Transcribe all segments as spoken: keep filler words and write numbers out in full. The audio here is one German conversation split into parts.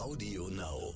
Audio Now.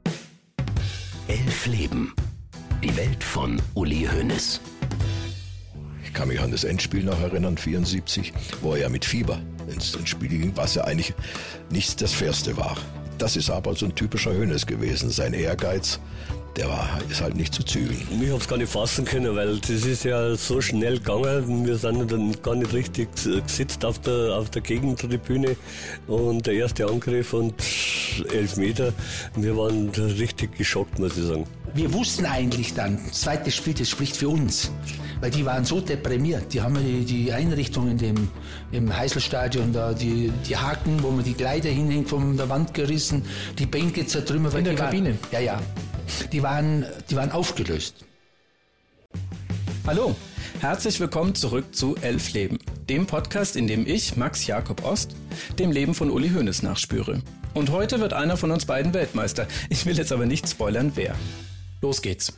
Elf Leben. Die Welt von Uli Hoeneß. Ich kann mich an das Endspiel noch erinnern, vierundsiebzig, wo er ja mit Fieber ins Spiel ging, was ja eigentlich nichts das Fairste war. Das ist aber so ein typischer Hoeneß gewesen, sein Ehrgeiz. Der war, ist halt nicht zu zügeln. Ich habe es gar nicht fassen können, weil das ist ja so schnell gegangen. Wir sind dann gar nicht richtig gesetzt auf der, auf der Gegentribüne. Und der erste Angriff und elf Meter. Wir waren richtig geschockt, muss ich sagen. Wir wussten eigentlich dann, das zweite Spiel, das spricht für uns. Weil die waren so deprimiert. Die haben die, die Einrichtung in dem, im Heißelstadion, da, die, die Haken, wo man die Kleider hinhängt, von der Wand gerissen, die Bänke zertrümmert. In der Kabine? Waren, ja, ja. Die waren, die waren aufgelöst. Hallo, herzlich willkommen zurück zu Elf Leben, dem Podcast, in dem ich, Max Jakob Ost, dem Leben von Uli Hoeneß nachspüre. Und heute wird einer von uns beiden Weltmeister. Ich will jetzt aber nicht spoilern, wer. Los geht's.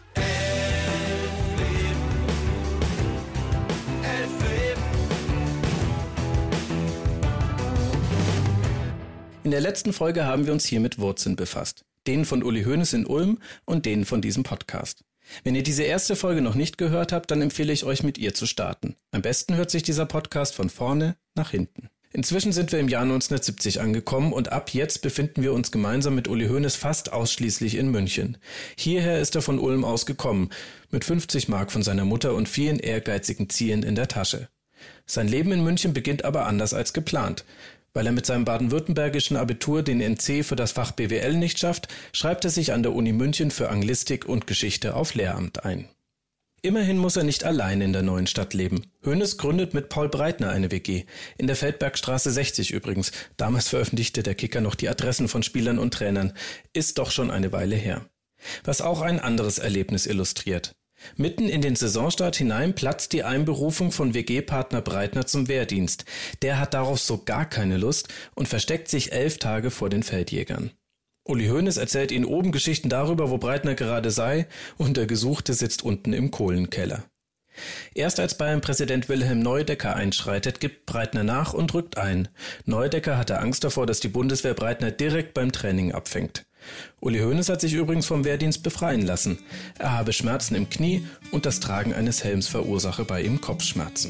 In der letzten Folge haben wir uns hier mit Wurzeln befasst. Denen von Uli Hoeneß in Ulm und denen von diesem Podcast. Wenn ihr diese erste Folge noch nicht gehört habt, dann empfehle ich euch, mit ihr zu starten. Am besten hört sich dieser Podcast von vorne nach hinten. Inzwischen sind wir im Jahr neunzehnhundertsiebzig angekommen und ab jetzt befinden wir uns gemeinsam mit Uli Hoeneß fast ausschließlich in München. Hierher ist er von Ulm aus gekommen, mit fünfzig Mark von seiner Mutter und vielen ehrgeizigen Zielen in der Tasche. Sein Leben in München beginnt aber anders als geplant. Weil er mit seinem baden-württembergischen Abitur den N C für das Fach B W L nicht schafft, schreibt er sich an der Uni München für Anglistik und Geschichte auf Lehramt ein. Immerhin muss er nicht allein in der neuen Stadt leben. Hoeneß gründet mit Paul Breitner eine W G. In der Feldbergstraße sechzig übrigens. Damals veröffentlichte der Kicker noch die Adressen von Spielern und Trainern. Ist doch schon eine Weile her. Was auch ein anderes Erlebnis illustriert. Mitten in den Saisonstart hinein platzt die Einberufung von W G-Partner Breitner zum Wehrdienst. Der hat darauf so gar keine Lust und versteckt sich elf Tage vor den Feldjägern. Uli Hoeneß erzählt ihnen oben Geschichten darüber, wo Breitner gerade sei, und der Gesuchte sitzt unten im Kohlenkeller. Erst als Bayern-Präsident Wilhelm Neudecker einschreitet, gibt Breitner nach und rückt ein. Neudecker hatte Angst davor, dass die Bundeswehr Breitner direkt beim Training abfängt. Uli Hoeneß hat sich übrigens vom Wehrdienst befreien lassen. Er habe Schmerzen im Knie und das Tragen eines Helms verursache bei ihm Kopfschmerzen.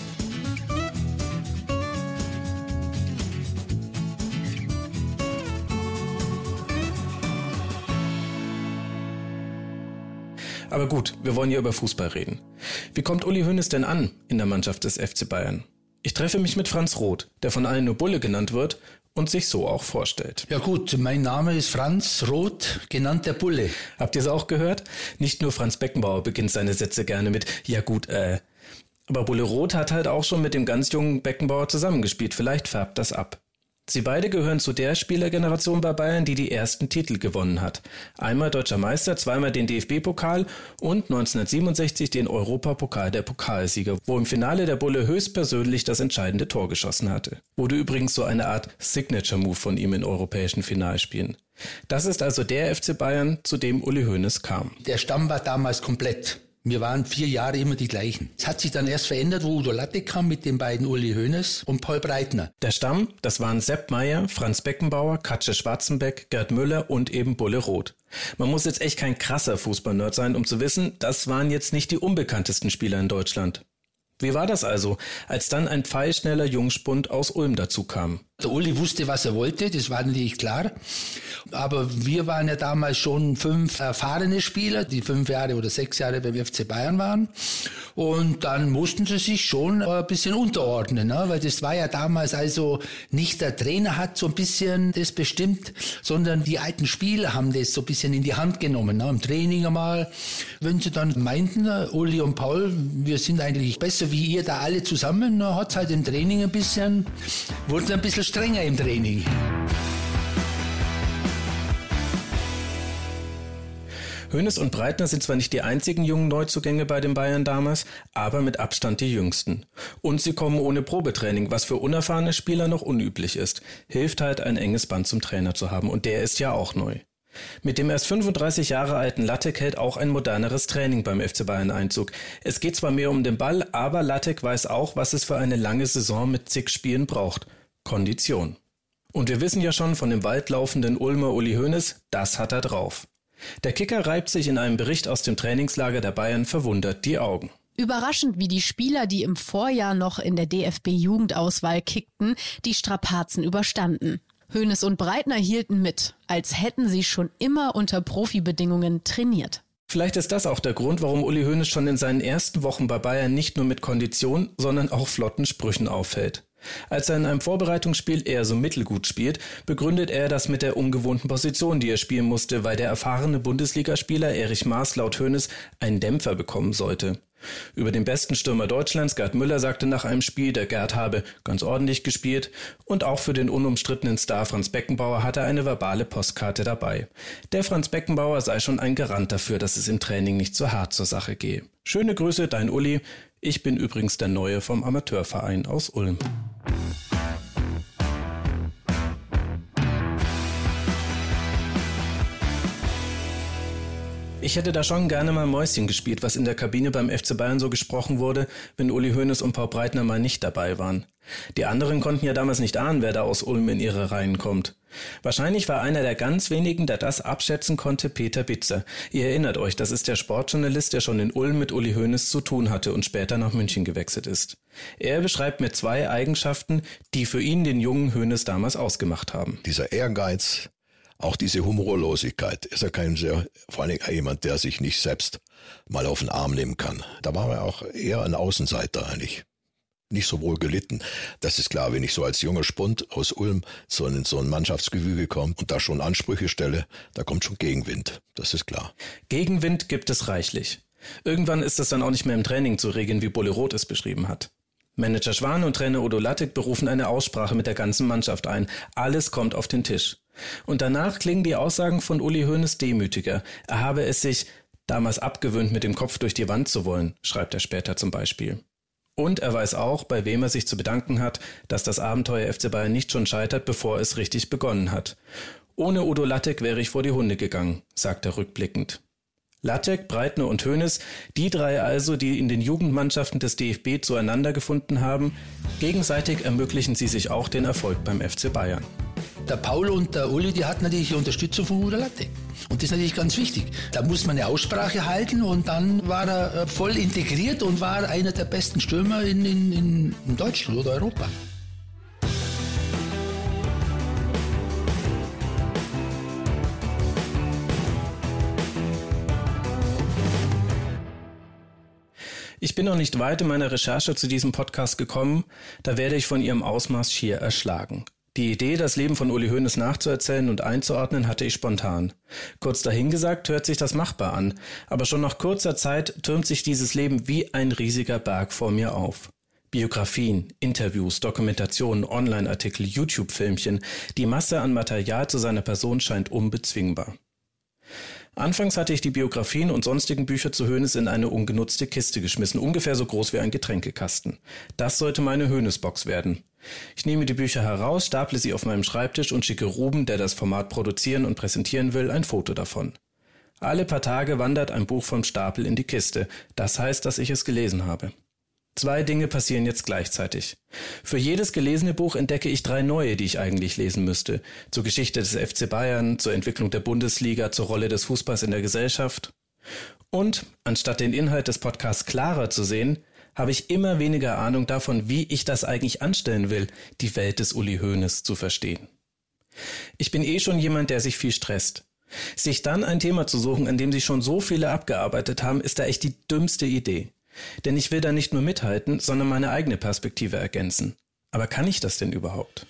Aber gut, wir wollen ja über Fußball reden. Wie kommt Uli Hoeneß denn an in der Mannschaft des F C Bayern? Ich treffe mich mit Franz Roth, der von allen nur Bulle genannt wird und sich so auch vorstellt. Ja gut, mein Name ist Franz Roth, genannt der Bulle. Habt ihr es auch gehört? Nicht nur Franz Beckenbauer beginnt seine Sätze gerne mit ja gut, äh. Aber Bulle Roth hat halt auch schon mit dem ganz jungen Beckenbauer zusammengespielt. Vielleicht färbt das ab. Sie beide gehören zu der Spielergeneration bei Bayern, die die ersten Titel gewonnen hat. Einmal Deutscher Meister, zweimal den D F B-Pokal und neunzehnhundertsiebenundsechzig den Europapokal der Pokalsieger, wo im Finale der Bulle höchstpersönlich das entscheidende Tor geschossen hatte. Wurde übrigens so eine Art Signature-Move von ihm in europäischen Finalspielen. Das ist also der F C Bayern, zu dem Uli Hoeneß kam. Der Stamm war damals komplett. Wir waren vier Jahre immer die gleichen. Es hat sich dann erst verändert, wo Udo Lattek kam mit den beiden Uli Hoeneß und Paul Breitner. Der Stamm, das waren Sepp Maier, Franz Beckenbauer, Katsche Schwarzenbeck, Gerd Müller und eben Bulle Roth. Man muss jetzt echt kein krasser Fußballnerd sein, um zu wissen, das waren jetzt nicht die unbekanntesten Spieler in Deutschland. Wie war das also, als dann ein pfeilschneller Jungspund aus Ulm dazu kam? Der Uli wusste, was er wollte, das war natürlich klar. Aber wir waren ja damals schon fünf erfahrene Spieler, die fünf Jahre oder sechs Jahre beim F C Bayern waren. Und dann mussten sie sich schon ein bisschen unterordnen, ne? Weil das war ja damals also nicht der Trainer hat so ein bisschen das bestimmt, sondern die alten Spieler haben das so ein bisschen in die Hand genommen, ne? Im Training einmal. Wenn sie dann meinten, Uli und Paul, wir sind eigentlich besser wie ihr da alle zusammen, hat es halt im Training ein bisschen, wurde ein bisschen strenger im Training. Hoeneß und Breitner sind zwar nicht die einzigen jungen Neuzugänge bei den Bayern damals, aber mit Abstand die jüngsten. Und sie kommen ohne Probetraining, was für unerfahrene Spieler noch unüblich ist. Hilft halt, ein enges Band zum Trainer zu haben, und der ist ja auch neu. Mit dem erst fünfunddreißig Jahre alten Lattek hält auch ein moderneres Training beim F C Bayern Einzug. Es geht zwar mehr um den Ball, aber Lattek weiß auch, was es für eine lange Saison mit zig Spielen braucht. Kondition. Und wir wissen ja schon von dem waldlaufenden Ulmer Uli Hoeneß, das hat er drauf. Der Kicker reibt sich in einem Bericht aus dem Trainingslager der Bayern verwundert die Augen. Überraschend, wie die Spieler, die im Vorjahr noch in der D F B-Jugendauswahl kickten, die Strapazen überstanden. Hoeneß und Breitner hielten mit, als hätten sie schon immer unter Profibedingungen trainiert. Vielleicht ist das auch der Grund, warum Uli Hoeneß schon in seinen ersten Wochen bei Bayern nicht nur mit Kondition, sondern auch flotten Sprüchen auffällt. Als er in einem Vorbereitungsspiel eher so mittelgut spielt, begründet er das mit der ungewohnten Position, die er spielen musste, weil der erfahrene Bundesligaspieler Erich Maas laut Hoeneß einen Dämpfer bekommen sollte. Über den besten Stürmer Deutschlands, Gerd Müller, sagte nach einem Spiel, der Gerd habe ganz ordentlich gespielt, und auch für den unumstrittenen Star Franz Beckenbauer hatte er eine verbale Postkarte dabei. Der Franz Beckenbauer sei schon ein Garant dafür, dass es im Training nicht so hart zur Sache gehe. Schöne Grüße, dein Uli. Ich bin übrigens der Neue vom Amateurverein aus Ulm. Ich hätte da schon gerne mal Mäuschen gespielt, was in der Kabine beim F C Bayern so gesprochen wurde, wenn Uli Hoeneß und Paul Breitner mal nicht dabei waren. Die anderen konnten ja damals nicht ahnen, wer da aus Ulm in ihre Reihen kommt. Wahrscheinlich war einer der ganz wenigen, der das abschätzen konnte, Peter Bitzer. Ihr erinnert euch, das ist der Sportjournalist, der schon in Ulm mit Uli Hoeneß zu tun hatte und später nach München gewechselt ist. Er beschreibt mir zwei Eigenschaften, die für ihn den jungen Hoeneß damals ausgemacht haben. Dieser Ehrgeiz, auch diese Humorlosigkeit. Ist er kein sehr, vor allem jemand, der sich nicht selbst mal auf den Arm nehmen kann. Da war er auch eher ein Außenseiter eigentlich. Nicht so wohl gelitten. Das ist klar, wenn ich so als junger Spund aus Ulm so in so ein Mannschaftsgefüge komme und da schon Ansprüche stelle, da kommt schon Gegenwind. Das ist klar. Gegenwind gibt es reichlich. Irgendwann ist es dann auch nicht mehr im Training zu regeln, wie Bolle Roth es beschrieben hat. Manager Schwan und Trainer Udo Lattek berufen eine Aussprache mit der ganzen Mannschaft ein. Alles kommt auf den Tisch. Und danach klingen die Aussagen von Uli Hoeneß demütiger. Er habe es sich damals abgewöhnt, mit dem Kopf durch die Wand zu wollen, schreibt er später zum Beispiel. Und er weiß auch, bei wem er sich zu bedanken hat, dass das Abenteuer F C Bayern nicht schon scheitert, bevor es richtig begonnen hat. Ohne Udo Lattek wäre ich vor die Hunde gegangen, sagt er rückblickend. Lattek, Breitner und Hoeneß, die drei also, die in den Jugendmannschaften des D F B zueinander gefunden haben, gegenseitig ermöglichen sie sich auch den Erfolg beim F C Bayern. Der Paul und der Uli, die hatten natürlich Unterstützung von Udo Lattek. Und das ist natürlich ganz wichtig. Da muss man eine Aussprache halten und dann war er voll integriert und war einer der besten Stürmer in, in, in Deutschland oder Europa. Ich bin noch nicht weit in meiner Recherche zu diesem Podcast gekommen, da werde ich von ihrem Ausmaß schier erschlagen. Die Idee, das Leben von Uli Hoeneß nachzuerzählen und einzuordnen, hatte ich spontan. Kurz dahingesagt hört sich das machbar an, aber schon nach kurzer Zeit türmt sich dieses Leben wie ein riesiger Berg vor mir auf. Biografien, Interviews, Dokumentationen, Online-Artikel, YouTube-Filmchen, die Masse an Material zu seiner Person scheint unbezwingbar. Anfangs hatte ich die Biografien und sonstigen Bücher zu Hoeneß in eine ungenutzte Kiste geschmissen, ungefähr so groß wie ein Getränkekasten. Das sollte meine Hoeneß-Box werden. Ich nehme die Bücher heraus, staple sie auf meinem Schreibtisch und schicke Ruben, der das Format produzieren und präsentieren will, ein Foto davon. Alle paar Tage wandert ein Buch vom Stapel in die Kiste. Das heißt, dass ich es gelesen habe. Zwei Dinge passieren jetzt gleichzeitig. Für jedes gelesene Buch entdecke ich drei neue, die ich eigentlich lesen müsste. Zur Geschichte des F C Bayern, zur Entwicklung der Bundesliga, zur Rolle des Fußballs in der Gesellschaft. Und, anstatt den Inhalt des Podcasts klarer zu sehen, habe ich immer weniger Ahnung davon, wie ich das eigentlich anstellen will, die Welt des Uli Hoeneß zu verstehen. Ich bin eh schon jemand, der sich viel stresst. Sich dann ein Thema zu suchen, an dem sich schon so viele abgearbeitet haben, ist da echt die dümmste Idee. Denn ich will da nicht nur mithalten, sondern meine eigene Perspektive ergänzen. Aber kann ich das denn überhaupt?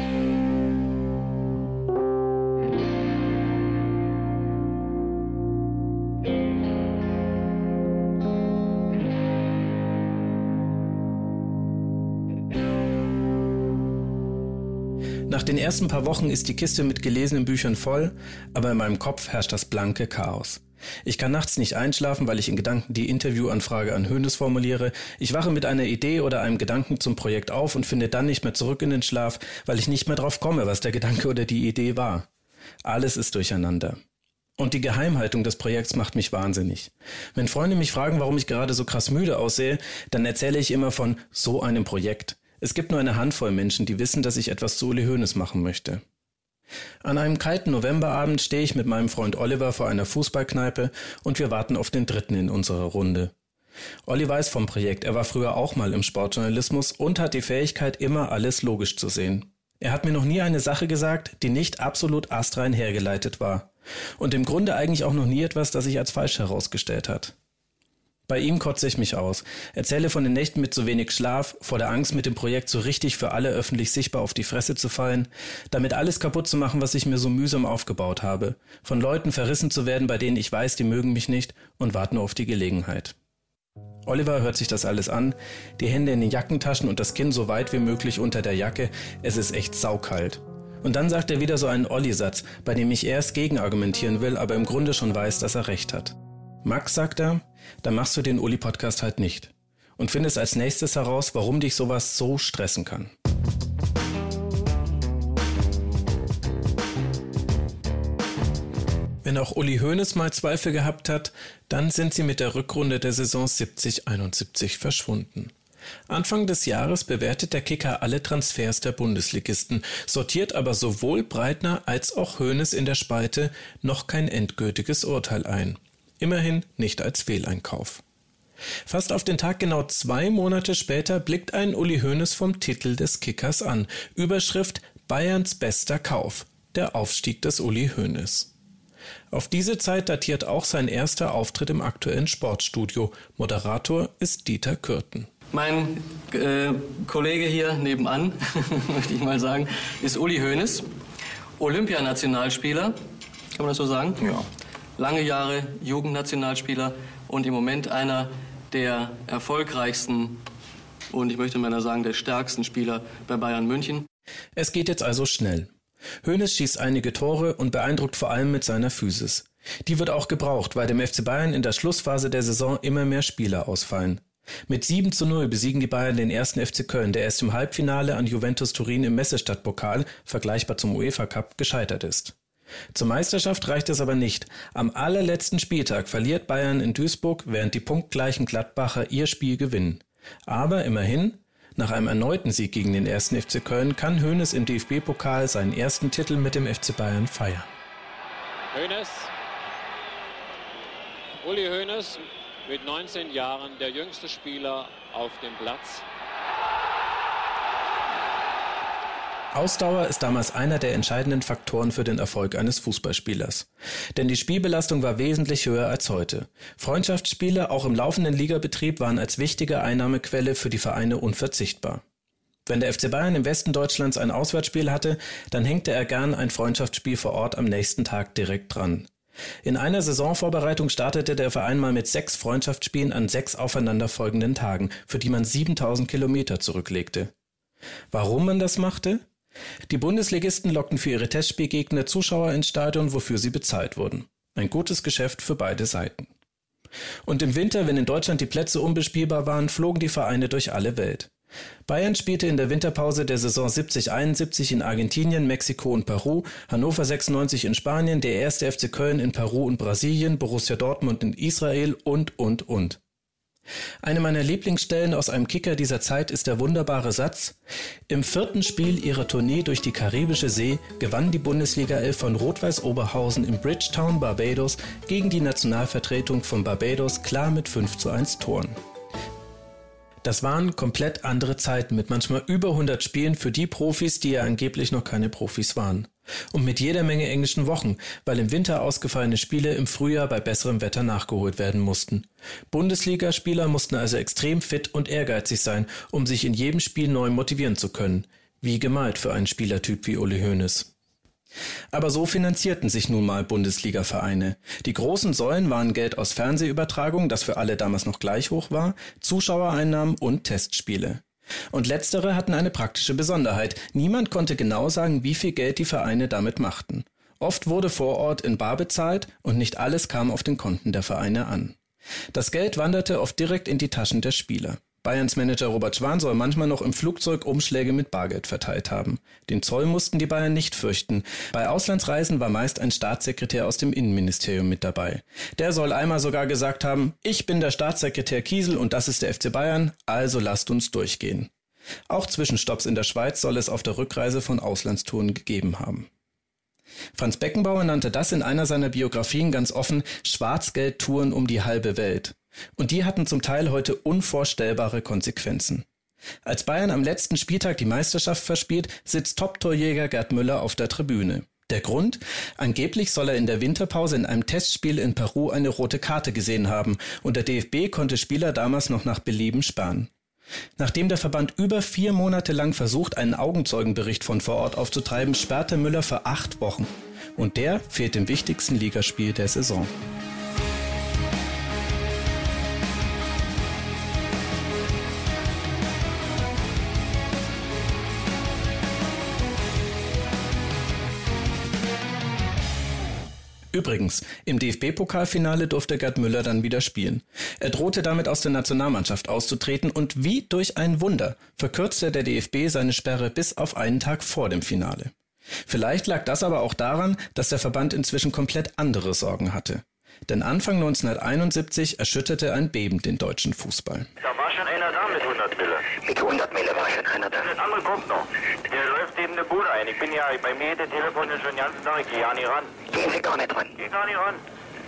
Nach den ersten paar Wochen ist die Kiste mit gelesenen Büchern voll, aber in meinem Kopf herrscht das blanke Chaos. Ich kann nachts nicht einschlafen, weil ich in Gedanken die Interviewanfrage an Hoeneß formuliere. Ich wache mit einer Idee oder einem Gedanken zum Projekt auf und finde dann nicht mehr zurück in den Schlaf, weil ich nicht mehr drauf komme, was der Gedanke oder die Idee war. Alles ist durcheinander. Und die Geheimhaltung des Projekts macht mich wahnsinnig. Wenn Freunde mich fragen, warum ich gerade so krass müde aussehe, dann erzähle ich immer von so einem Projekt. Es gibt nur eine Handvoll Menschen, die wissen, dass ich etwas zu Uli Hoeneß machen möchte. An einem kalten Novemberabend stehe ich mit meinem Freund Oliver vor einer Fußballkneipe und wir warten auf den Dritten in unserer Runde. Olli weiß vom Projekt, er war früher auch mal im Sportjournalismus und hat die Fähigkeit, immer alles logisch zu sehen. Er hat mir noch nie eine Sache gesagt, die nicht absolut astrein hergeleitet war. Und im Grunde eigentlich auch noch nie etwas, das sich als falsch herausgestellt hat. Bei ihm kotze ich mich aus, erzähle von den Nächten mit so wenig Schlaf, vor der Angst, mit dem Projekt so richtig für alle öffentlich sichtbar auf die Fresse zu fallen, damit alles kaputt zu machen, was ich mir so mühsam aufgebaut habe, von Leuten verrissen zu werden, bei denen ich weiß, die mögen mich nicht und warten nur auf die Gelegenheit. Oliver hört sich das alles an, die Hände in den Jackentaschen und das Kinn so weit wie möglich unter der Jacke, es ist echt saukalt. Und dann sagt er wieder so einen Olli-Satz, bei dem ich erst gegenargumentieren will, aber im Grunde schon weiß, dass er recht hat. Max, sagt er, dann machst du den Uli-Podcast halt nicht und findest als nächstes heraus, warum dich sowas so stressen kann. Wenn auch Uli Hoeneß mal Zweifel gehabt hat, dann sind sie mit der Rückrunde der Saison siebzig einundsiebzig verschwunden. Anfang des Jahres bewertet der Kicker alle Transfers der Bundesligisten, sortiert aber sowohl Breitner als auch Hoeneß in der Spalte noch kein endgültiges Urteil ein. Immerhin nicht als Fehleinkauf. Fast auf den Tag genau zwei Monate später blickt ein Uli Hoeneß vom Titel des Kickers an. Überschrift Bayerns bester Kauf, der Aufstieg des Uli Hoeneß. Auf diese Zeit datiert auch sein erster Auftritt im aktuellen Sportstudio. Moderator ist Dieter Kürten. Mein äh, Kollege hier nebenan, möchte ich mal sagen, ist Uli Hoeneß, Olympianationalspieler, kann man das so sagen? Ja. Lange Jahre Jugendnationalspieler und im Moment einer der erfolgreichsten und ich möchte mal sagen, der stärksten Spieler bei Bayern München. Es geht jetzt also schnell. Hoeneß schießt einige Tore und beeindruckt vor allem mit seiner Physis. Die wird auch gebraucht, weil dem F C Bayern in der Schlussphase der Saison immer mehr Spieler ausfallen. Mit sieben zu null besiegen die Bayern den ersten F C Köln, der erst im Halbfinale an Juventus Turin im Messestadtpokal, vergleichbar zum UEFA Cup, gescheitert ist. Zur Meisterschaft reicht es aber nicht. Am allerletzten Spieltag verliert Bayern in Duisburg, während die punktgleichen Gladbacher ihr Spiel gewinnen. Aber immerhin, nach einem erneuten Sieg gegen den ersten F C Köln kann Hoeneß im D F B-Pokal seinen ersten Titel mit dem F C Bayern feiern. Hoeneß, Uli Hoeneß, mit neunzehn Jahren der jüngste Spieler auf dem Platz. Ausdauer ist damals einer der entscheidenden Faktoren für den Erfolg eines Fußballspielers. Denn die Spielbelastung war wesentlich höher als heute. Freundschaftsspiele, auch im laufenden Ligabetrieb, waren als wichtige Einnahmequelle für die Vereine unverzichtbar. Wenn der F C Bayern im Westen Deutschlands ein Auswärtsspiel hatte, dann hängte er gern ein Freundschaftsspiel vor Ort am nächsten Tag direkt dran. In einer Saisonvorbereitung startete der Verein mal mit sechs Freundschaftsspielen an sechs aufeinanderfolgenden Tagen, für die man siebentausend Kilometer zurücklegte. Warum man das machte? Die Bundesligisten lockten für ihre Testspielgegner Zuschauer ins Stadion, wofür sie bezahlt wurden. Ein gutes Geschäft für beide Seiten. Und im Winter, wenn in Deutschland die Plätze unbespielbar waren, flogen die Vereine durch alle Welt. Bayern spielte in der Winterpause der Saison siebzig einundsiebzig in Argentinien, Mexiko und Peru, Hannover sechsundneunzig in Spanien, der erste F C Köln in Peru und Brasilien, Borussia Dortmund in Israel und, und, und. Eine meiner Lieblingsstellen aus einem Kicker dieser Zeit ist der wunderbare Satz: Im vierten Spiel ihrer Tournee durch die Karibische See gewann die Bundesliga elf von Rot-Weiß Oberhausen in Bridgetown, Barbados, gegen die Nationalvertretung von Barbados klar mit fünf zu eins Toren. Das waren komplett andere Zeiten mit manchmal über hundert Spielen für die Profis, die ja angeblich noch keine Profis waren. Und mit jeder Menge englischen Wochen, weil im Winter ausgefallene Spiele im Frühjahr bei besserem Wetter nachgeholt werden mussten. Bundesligaspieler mussten also extrem fit und ehrgeizig sein, um sich in jedem Spiel neu motivieren zu können. Wie gemalt für einen Spielertyp wie Uli Hoeneß. Aber so finanzierten sich nun mal Bundesliga-Vereine. Die großen Säulen waren Geld aus Fernsehübertragung, das für alle damals noch gleich hoch war, Zuschauereinnahmen und Testspiele. Und letztere hatten eine praktische Besonderheit. Niemand konnte genau sagen, wie viel Geld die Vereine damit machten. Oft wurde vor Ort in bar bezahlt und nicht alles kam auf den Konten der Vereine an. Das Geld wanderte oft direkt in die Taschen der Spieler. Bayerns Manager Robert Schwan soll manchmal noch im Flugzeug Umschläge mit Bargeld verteilt haben. Den Zoll mussten die Bayern nicht fürchten. Bei Auslandsreisen war meist ein Staatssekretär aus dem Innenministerium mit dabei. Der soll einmal sogar gesagt haben: Ich bin der Staatssekretär Kiesel und das ist der F C Bayern, also lasst uns durchgehen. Auch Zwischenstopps in der Schweiz soll es auf der Rückreise von Auslandstouren gegeben haben. Franz Beckenbauer nannte das in einer seiner Biografien ganz offen Schwarzgeld-Touren um die halbe Welt. Und die hatten zum Teil heute unvorstellbare Konsequenzen. Als Bayern am letzten Spieltag die Meisterschaft verspielt, sitzt Top-Torjäger Gerd Müller auf der Tribüne. Der Grund? Angeblich soll er in der Winterpause in einem Testspiel in Peru eine rote Karte gesehen haben und der D F B konnte Spieler damals noch nach Belieben sperren. Nachdem der Verband über vier Monate lang versucht, einen Augenzeugenbericht von vor Ort aufzutreiben, sperrte Müller für acht Wochen. Und der fehlt im wichtigsten Ligaspiel der Saison. Übrigens, im D F B-Pokalfinale durfte Gerd Müller dann wieder spielen. Er drohte damit aus der Nationalmannschaft auszutreten und wie durch ein Wunder verkürzte der D F B seine Sperre bis auf einen Tag vor dem Finale. Vielleicht lag das aber auch daran, dass der Verband inzwischen komplett andere Sorgen hatte. Denn Anfang neunzehnhunderteinundsiebzig erschütterte ein Beben den deutschen Fußball. Da war schon einer da mit hundert Mille. Mit hundert Mille war schon einer da. Das andere kommt noch. Der läuft eben eine Bude ein. Ich bin ja bei mir der Telefon schon den ganzen Tag. Ich gehe ja nicht ran. Gehen Sie gar nicht ran. Ich gehe gar nicht ran.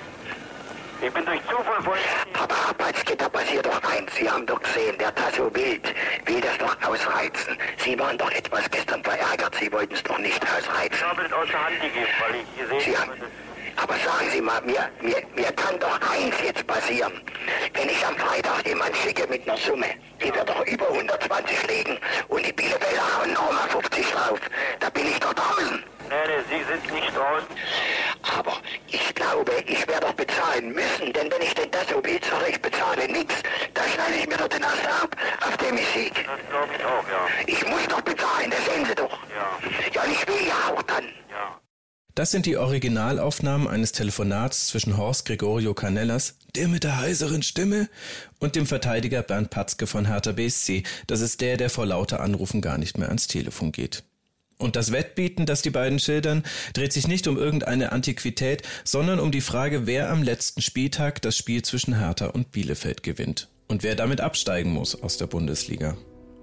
Ich bin durch Zufall vorhin... Aber Arbeitsgitter passiert doch eins. Sie haben doch gesehen, der Tasso Wild will das doch ausreizen. Sie waren doch etwas gestern verärgert. Sie wollten es doch nicht ausreizen. Ich habe es aus der Hand gegeben, weil ich gesehen Sie haben... Aber sagen Sie mal, mir, mir, mir kann doch eins jetzt passieren. Wenn ich am Freitag jemand schicke mit einer Summe, die wird doch über hundertzwanzig liegen und die Bielefelder hauen nochmal fünfzig drauf, da bin ich doch draußen. Nee, nee, Sie sind nicht draußen. Aber ich glaube, ich werde doch bezahlen müssen, denn wenn ich denn das so will, sage ich bezahle nichts, da schneide ich mir doch den Ast ab, auf dem ich sieg. Das glaube ich auch, ja. Ich muss doch bezahlen, das sehen Sie doch. Ja. Ja, und ich will ja auch dann. Ja. Das sind die Originalaufnahmen eines Telefonats zwischen Horst Gregorio Canellas, der mit der heiseren Stimme, und dem Verteidiger Bernd Patzke von Hertha B S C. Das ist der, der vor lauter Anrufen gar nicht mehr ans Telefon geht. Und das Wettbieten, das die beiden schildern, dreht sich nicht um irgendeine Antiquität, sondern um die Frage, wer am letzten Spieltag das Spiel zwischen Hertha und Bielefeld gewinnt und wer damit absteigen muss aus der Bundesliga.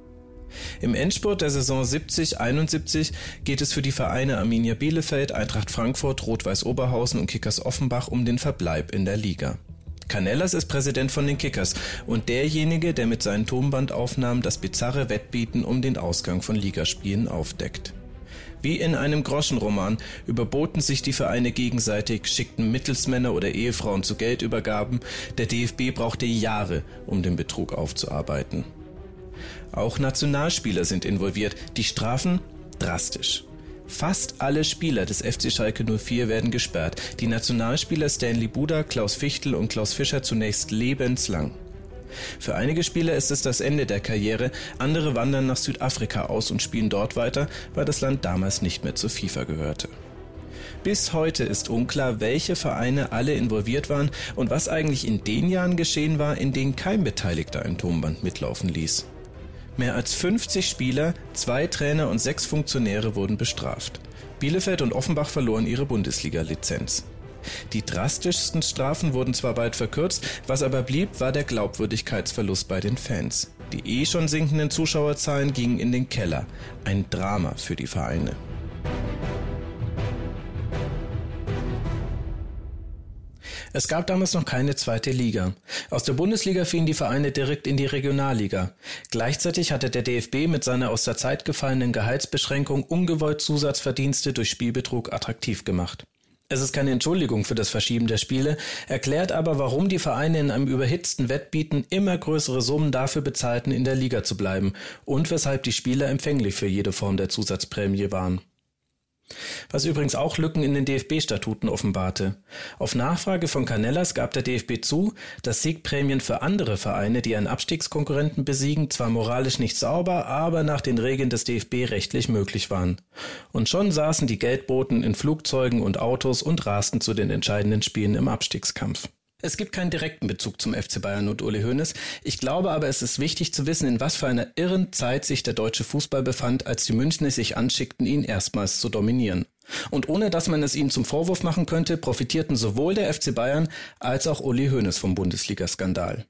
Im Endspurt der Saison siebzig einundsiebzig geht es für die Vereine Arminia Bielefeld, Eintracht Frankfurt, Rot-Weiß Oberhausen und Kickers Offenbach um den Verbleib in der Liga. Canellas ist Präsident von den Kickers und derjenige, der mit seinen Tonbandaufnahmen das bizarre Wettbieten um den Ausgang von Ligaspielen aufdeckt. Wie in einem Groschenroman überboten sich die Vereine gegenseitig, schickten Mittelsmänner oder Ehefrauen zu Geldübergaben. Der D F B brauchte Jahre, um den Betrug aufzuarbeiten. Auch Nationalspieler sind involviert. Die Strafen drastisch. Fast alle Spieler des F C Schalke null vier werden gesperrt. Die Nationalspieler Stanley Buda, Klaus Fichtel und Klaus Fischer zunächst lebenslang. Für einige Spieler ist es das Ende der Karriere, andere wandern nach Südafrika aus und spielen dort weiter, weil das Land damals nicht mehr zur FIFA gehörte. Bis heute ist unklar, welche Vereine alle involviert waren und was eigentlich in den Jahren geschehen war, in denen kein Beteiligter ein Tonband mitlaufen ließ. Mehr als fünfzig Spieler, zwei Trainer und sechs Funktionäre wurden bestraft. Bielefeld und Offenbach verloren ihre Bundesliga-Lizenz. Die drastischsten Strafen wurden zwar bald verkürzt, was aber blieb, war der Glaubwürdigkeitsverlust bei den Fans. Die eh schon sinkenden Zuschauerzahlen gingen in den Keller. Ein Drama für die Vereine. Es gab damals noch keine zweite Liga. Aus der Bundesliga fielen die Vereine direkt in die Regionalliga. Gleichzeitig hatte der D F B mit seiner aus der Zeit gefallenen Gehaltsbeschränkung ungewollt Zusatzverdienste durch Spielbetrug attraktiv gemacht. Es ist keine Entschuldigung für das Verschieben der Spiele, erklärt aber, warum die Vereine in einem überhitzten Wettbieten immer größere Summen dafür bezahlten, in der Liga zu bleiben und weshalb die Spieler empfänglich für jede Form der Zusatzprämie waren. Was übrigens auch Lücken in den D F B-Statuten offenbarte. Auf Nachfrage von Canellas gab der D F B zu, dass Siegprämien für andere Vereine, die einen Abstiegskonkurrenten besiegen, zwar moralisch nicht sauber, aber nach den Regeln des D F B rechtlich möglich waren. Und schon saßen die Geldboten in Flugzeugen und Autos und rasten zu den entscheidenden Spielen im Abstiegskampf. Es gibt keinen direkten Bezug zum F C Bayern und Uli Hoeneß. Ich glaube aber, es ist wichtig zu wissen, in was für einer irren Zeit sich der deutsche Fußball befand, als die Münchner sich anschickten, ihn erstmals zu dominieren. Und ohne dass man es ihnen zum Vorwurf machen könnte, profitierten sowohl der F C Bayern als auch Uli Hoeneß vom Bundesliga-Skandal.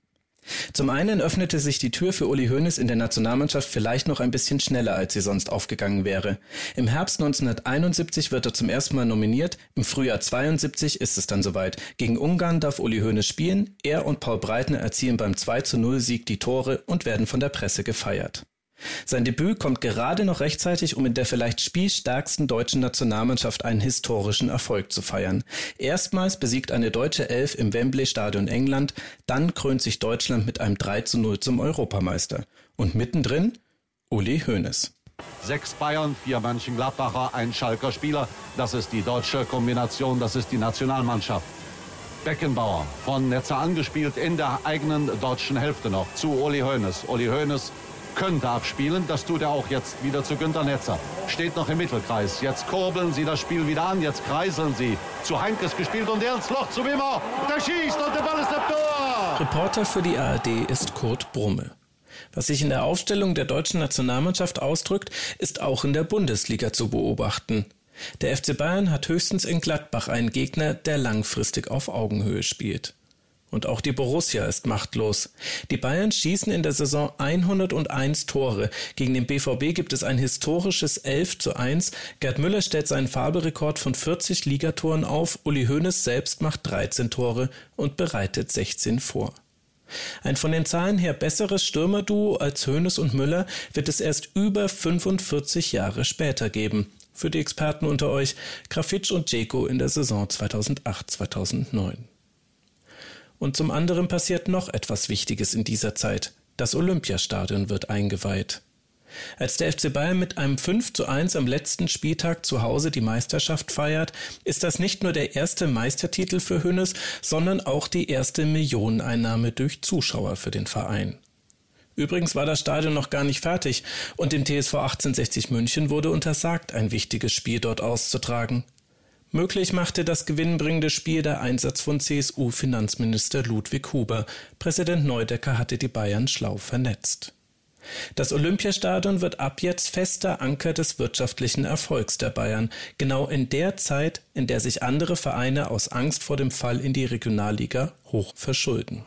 Zum einen öffnete sich die Tür für Uli Hoeneß in der Nationalmannschaft vielleicht noch ein bisschen schneller, als sie sonst aufgegangen wäre. Im Herbst neunzehnhunderteinundsiebzig wird er zum ersten Mal nominiert, im Frühjahr zweiundsiebzig ist es dann soweit. Gegen Ungarn darf Uli Hoeneß spielen, er und Paul Breitner erzielen beim zwei zu null Sieg die Tore und werden von der Presse gefeiert. Sein Debüt kommt gerade noch rechtzeitig, um in der vielleicht spielstärksten deutschen Nationalmannschaft einen historischen Erfolg zu feiern. Erstmals besiegt eine deutsche Elf im Wembley-Stadion England, dann krönt sich Deutschland mit einem drei zu null zum Europameister. Und mittendrin Uli Hoeneß. Sechs Bayern, vier Mönchengladbacher, ein Schalker Spieler. Das ist die deutsche Kombination, das ist die Nationalmannschaft. Beckenbauer, von Netzer angespielt, in der eigenen deutschen Hälfte noch, zu Uli Hoeneß. Uli Hoeneß könnte abspielen, das tut er auch jetzt wieder zu Günter Netzer. Steht noch im Mittelkreis, jetzt kurbeln sie das Spiel wieder an, jetzt kreiseln sie. Zu Heinkes gespielt und der ins Loch zu Wimmer. Der schießt und der Ball ist im Tor. Reporter für die A R D ist Kurt Brumme. Was sich in der Aufstellung der deutschen Nationalmannschaft ausdrückt, ist auch in der Bundesliga zu beobachten. Der F C Bayern hat höchstens in Gladbach einen Gegner, der langfristig auf Augenhöhe spielt. Und auch die Borussia ist machtlos. Die Bayern schießen in der Saison hunderteins Tore. Gegen den B V B gibt es ein historisches elf zu eins. Gerd Müller stellt seinen Fabelrekord von vierzig Ligatoren auf. Uli Hoeneß selbst macht dreizehn Tore und bereitet sechzehn vor. Ein von den Zahlen her besseres Stürmerduo als Hoeneß und Müller wird es erst über fünfundvierzig Jahre später geben. Für die Experten unter euch Grafitsch und Dzeko in der Saison zweitausendacht zweitausendneun. Und zum anderen passiert noch etwas Wichtiges in dieser Zeit. Das Olympiastadion wird eingeweiht. Als der F C Bayern mit einem fünf zu eins am letzten Spieltag zu Hause die Meisterschaft feiert, ist das nicht nur der erste Meistertitel für Hoeneß, sondern auch die erste Millioneneinnahme durch Zuschauer für den Verein. Übrigens war das Stadion noch gar nicht fertig und dem T S V achtzehnhundertsechzig München wurde untersagt, ein wichtiges Spiel dort auszutragen. Möglich machte das gewinnbringende Spiel der Einsatz von C S U-Finanzminister Ludwig Huber. Präsident Neudecker hatte die Bayern schlau vernetzt. Das Olympiastadion wird ab jetzt fester Anker des wirtschaftlichen Erfolgs der Bayern, genau in der Zeit, in der sich andere Vereine aus Angst vor dem Fall in die Regionalliga hoch verschulden.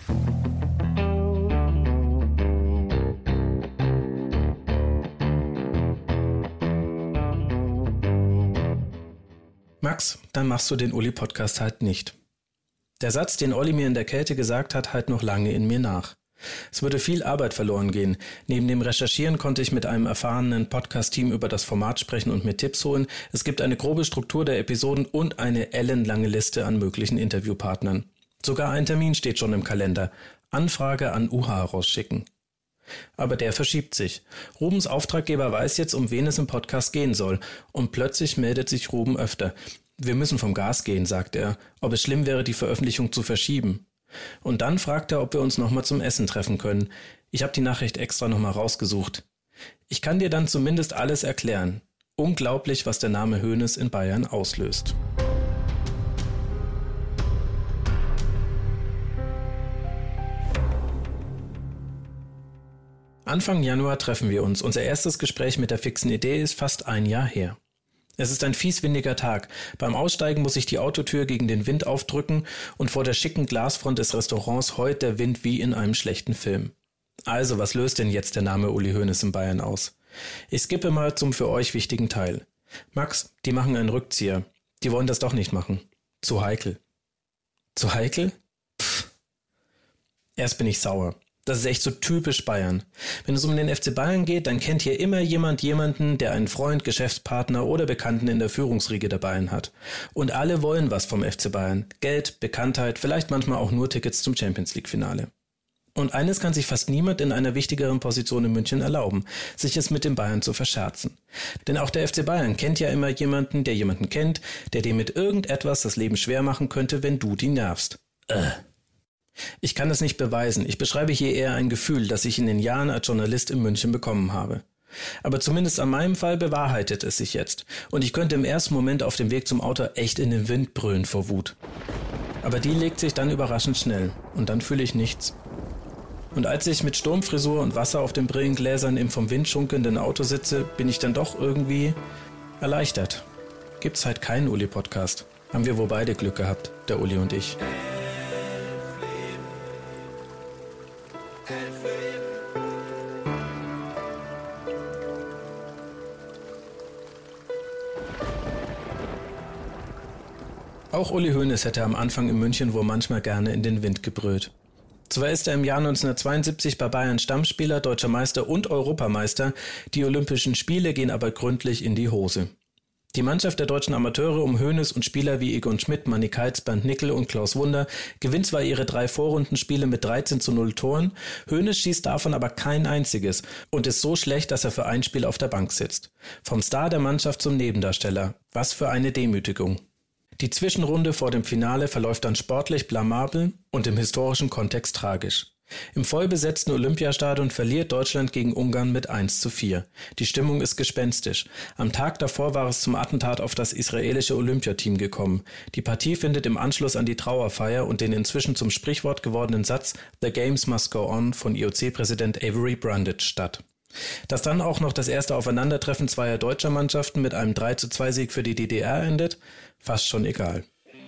Max, dann machst du den Uli-Podcast halt nicht. Der Satz, den Olli mir in der Kälte gesagt hat, halt noch lange in mir nach. Es würde viel Arbeit verloren gehen. Neben dem Recherchieren konnte ich mit einem erfahrenen Podcast-Team über das Format sprechen und mir Tipps holen. Es gibt eine grobe Struktur der Episoden und eine ellenlange Liste an möglichen Interviewpartnern. Sogar ein Termin steht schon im Kalender. Anfrage an U H rausschicken. Aber der verschiebt sich. Rubens Auftraggeber weiß jetzt, um wen es im Podcast gehen soll. Und plötzlich meldet sich Ruben öfter. Wir müssen vom Gas gehen, sagt er, ob es schlimm wäre, die Veröffentlichung zu verschieben. Und dann fragt er, ob wir uns nochmal zum Essen treffen können. Ich habe die Nachricht extra nochmal rausgesucht. Ich kann dir dann zumindest alles erklären. Unglaublich, was der Name Hoeneß in Bayern auslöst. Anfang Januar treffen wir uns. Unser erstes Gespräch mit der fixen Idee ist fast ein Jahr her. Es ist ein fieswindiger Tag. Beim Aussteigen muss ich die Autotür gegen den Wind aufdrücken und vor der schicken Glasfront des Restaurants heult der Wind wie in einem schlechten Film. Also, was löst denn jetzt der Name Uli Hoeneß in Bayern aus? Ich skippe mal zum für euch wichtigen Teil. Max, die machen einen Rückzieher. Die wollen das doch nicht machen. Zu heikel. Zu heikel? Pff. Erst bin ich sauer. Das ist echt so typisch Bayern. Wenn es um den F C Bayern geht, dann kennt hier immer jemand jemanden, der einen Freund, Geschäftspartner oder Bekannten in der Führungsriege der Bayern hat. Und alle wollen was vom F C Bayern. Geld, Bekanntheit, vielleicht manchmal auch nur Tickets zum Champions-League-Finale. Und eines kann sich fast niemand in einer wichtigeren Position in München erlauben, sich es mit den Bayern zu verscherzen. Denn auch der F C Bayern kennt ja immer jemanden, der jemanden kennt, der dir mit irgendetwas das Leben schwer machen könnte, wenn du die nervst. Äh. Ich kann das nicht beweisen, ich beschreibe hier eher ein Gefühl, das ich in den Jahren als Journalist in München bekommen habe. Aber zumindest an meinem Fall bewahrheitet es sich jetzt. Und ich könnte im ersten Moment auf dem Weg zum Auto echt in den Wind brüllen vor Wut. Aber die legt sich dann überraschend schnell. Und dann fühle ich nichts. Und als ich mit Sturmfrisur und Wasser auf den Brillengläsern im vom Wind schunkelnden Auto sitze, bin ich dann doch irgendwie erleichtert. Gibt's halt keinen Uli-Podcast. Haben wir wohl beide Glück gehabt, der Uli und ich. Auch Uli Hoeneß hätte am Anfang in München wohl manchmal gerne in den Wind gebrüllt. Zwar ist er im Jahr neunzehnhundertzweiundsiebzig bei Bayern Stammspieler, Deutscher Meister und Europameister, die Olympischen Spiele gehen aber gründlich in die Hose. Die Mannschaft der deutschen Amateure um Hoeneß und Spieler wie Egon Schmidt, Manny Keitz, Bernd Nickel und Klaus Wunder gewinnt zwar ihre drei Vorrundenspiele mit dreizehn zu null Toren, Hoeneß schießt davon aber kein einziges und ist so schlecht, dass er für ein Spiel auf der Bank sitzt. Vom Star der Mannschaft zum Nebendarsteller. Was für eine Demütigung. Die Zwischenrunde vor dem Finale verläuft dann sportlich blamabel und im historischen Kontext tragisch. Im vollbesetzten Olympiastadion verliert Deutschland gegen Ungarn mit eins zu vier. Die Stimmung ist gespenstisch. Am Tag davor war es zum Attentat auf das israelische Olympiateam gekommen. Die Partie findet im Anschluss an die Trauerfeier und den inzwischen zum Sprichwort gewordenen Satz "The Games must go on" von I O C-Präsident Avery Brundage statt. Dass dann auch noch das erste Aufeinandertreffen zweier deutscher Mannschaften mit einem drei zu zwei Sieg für die D D R endet, fast schon egal.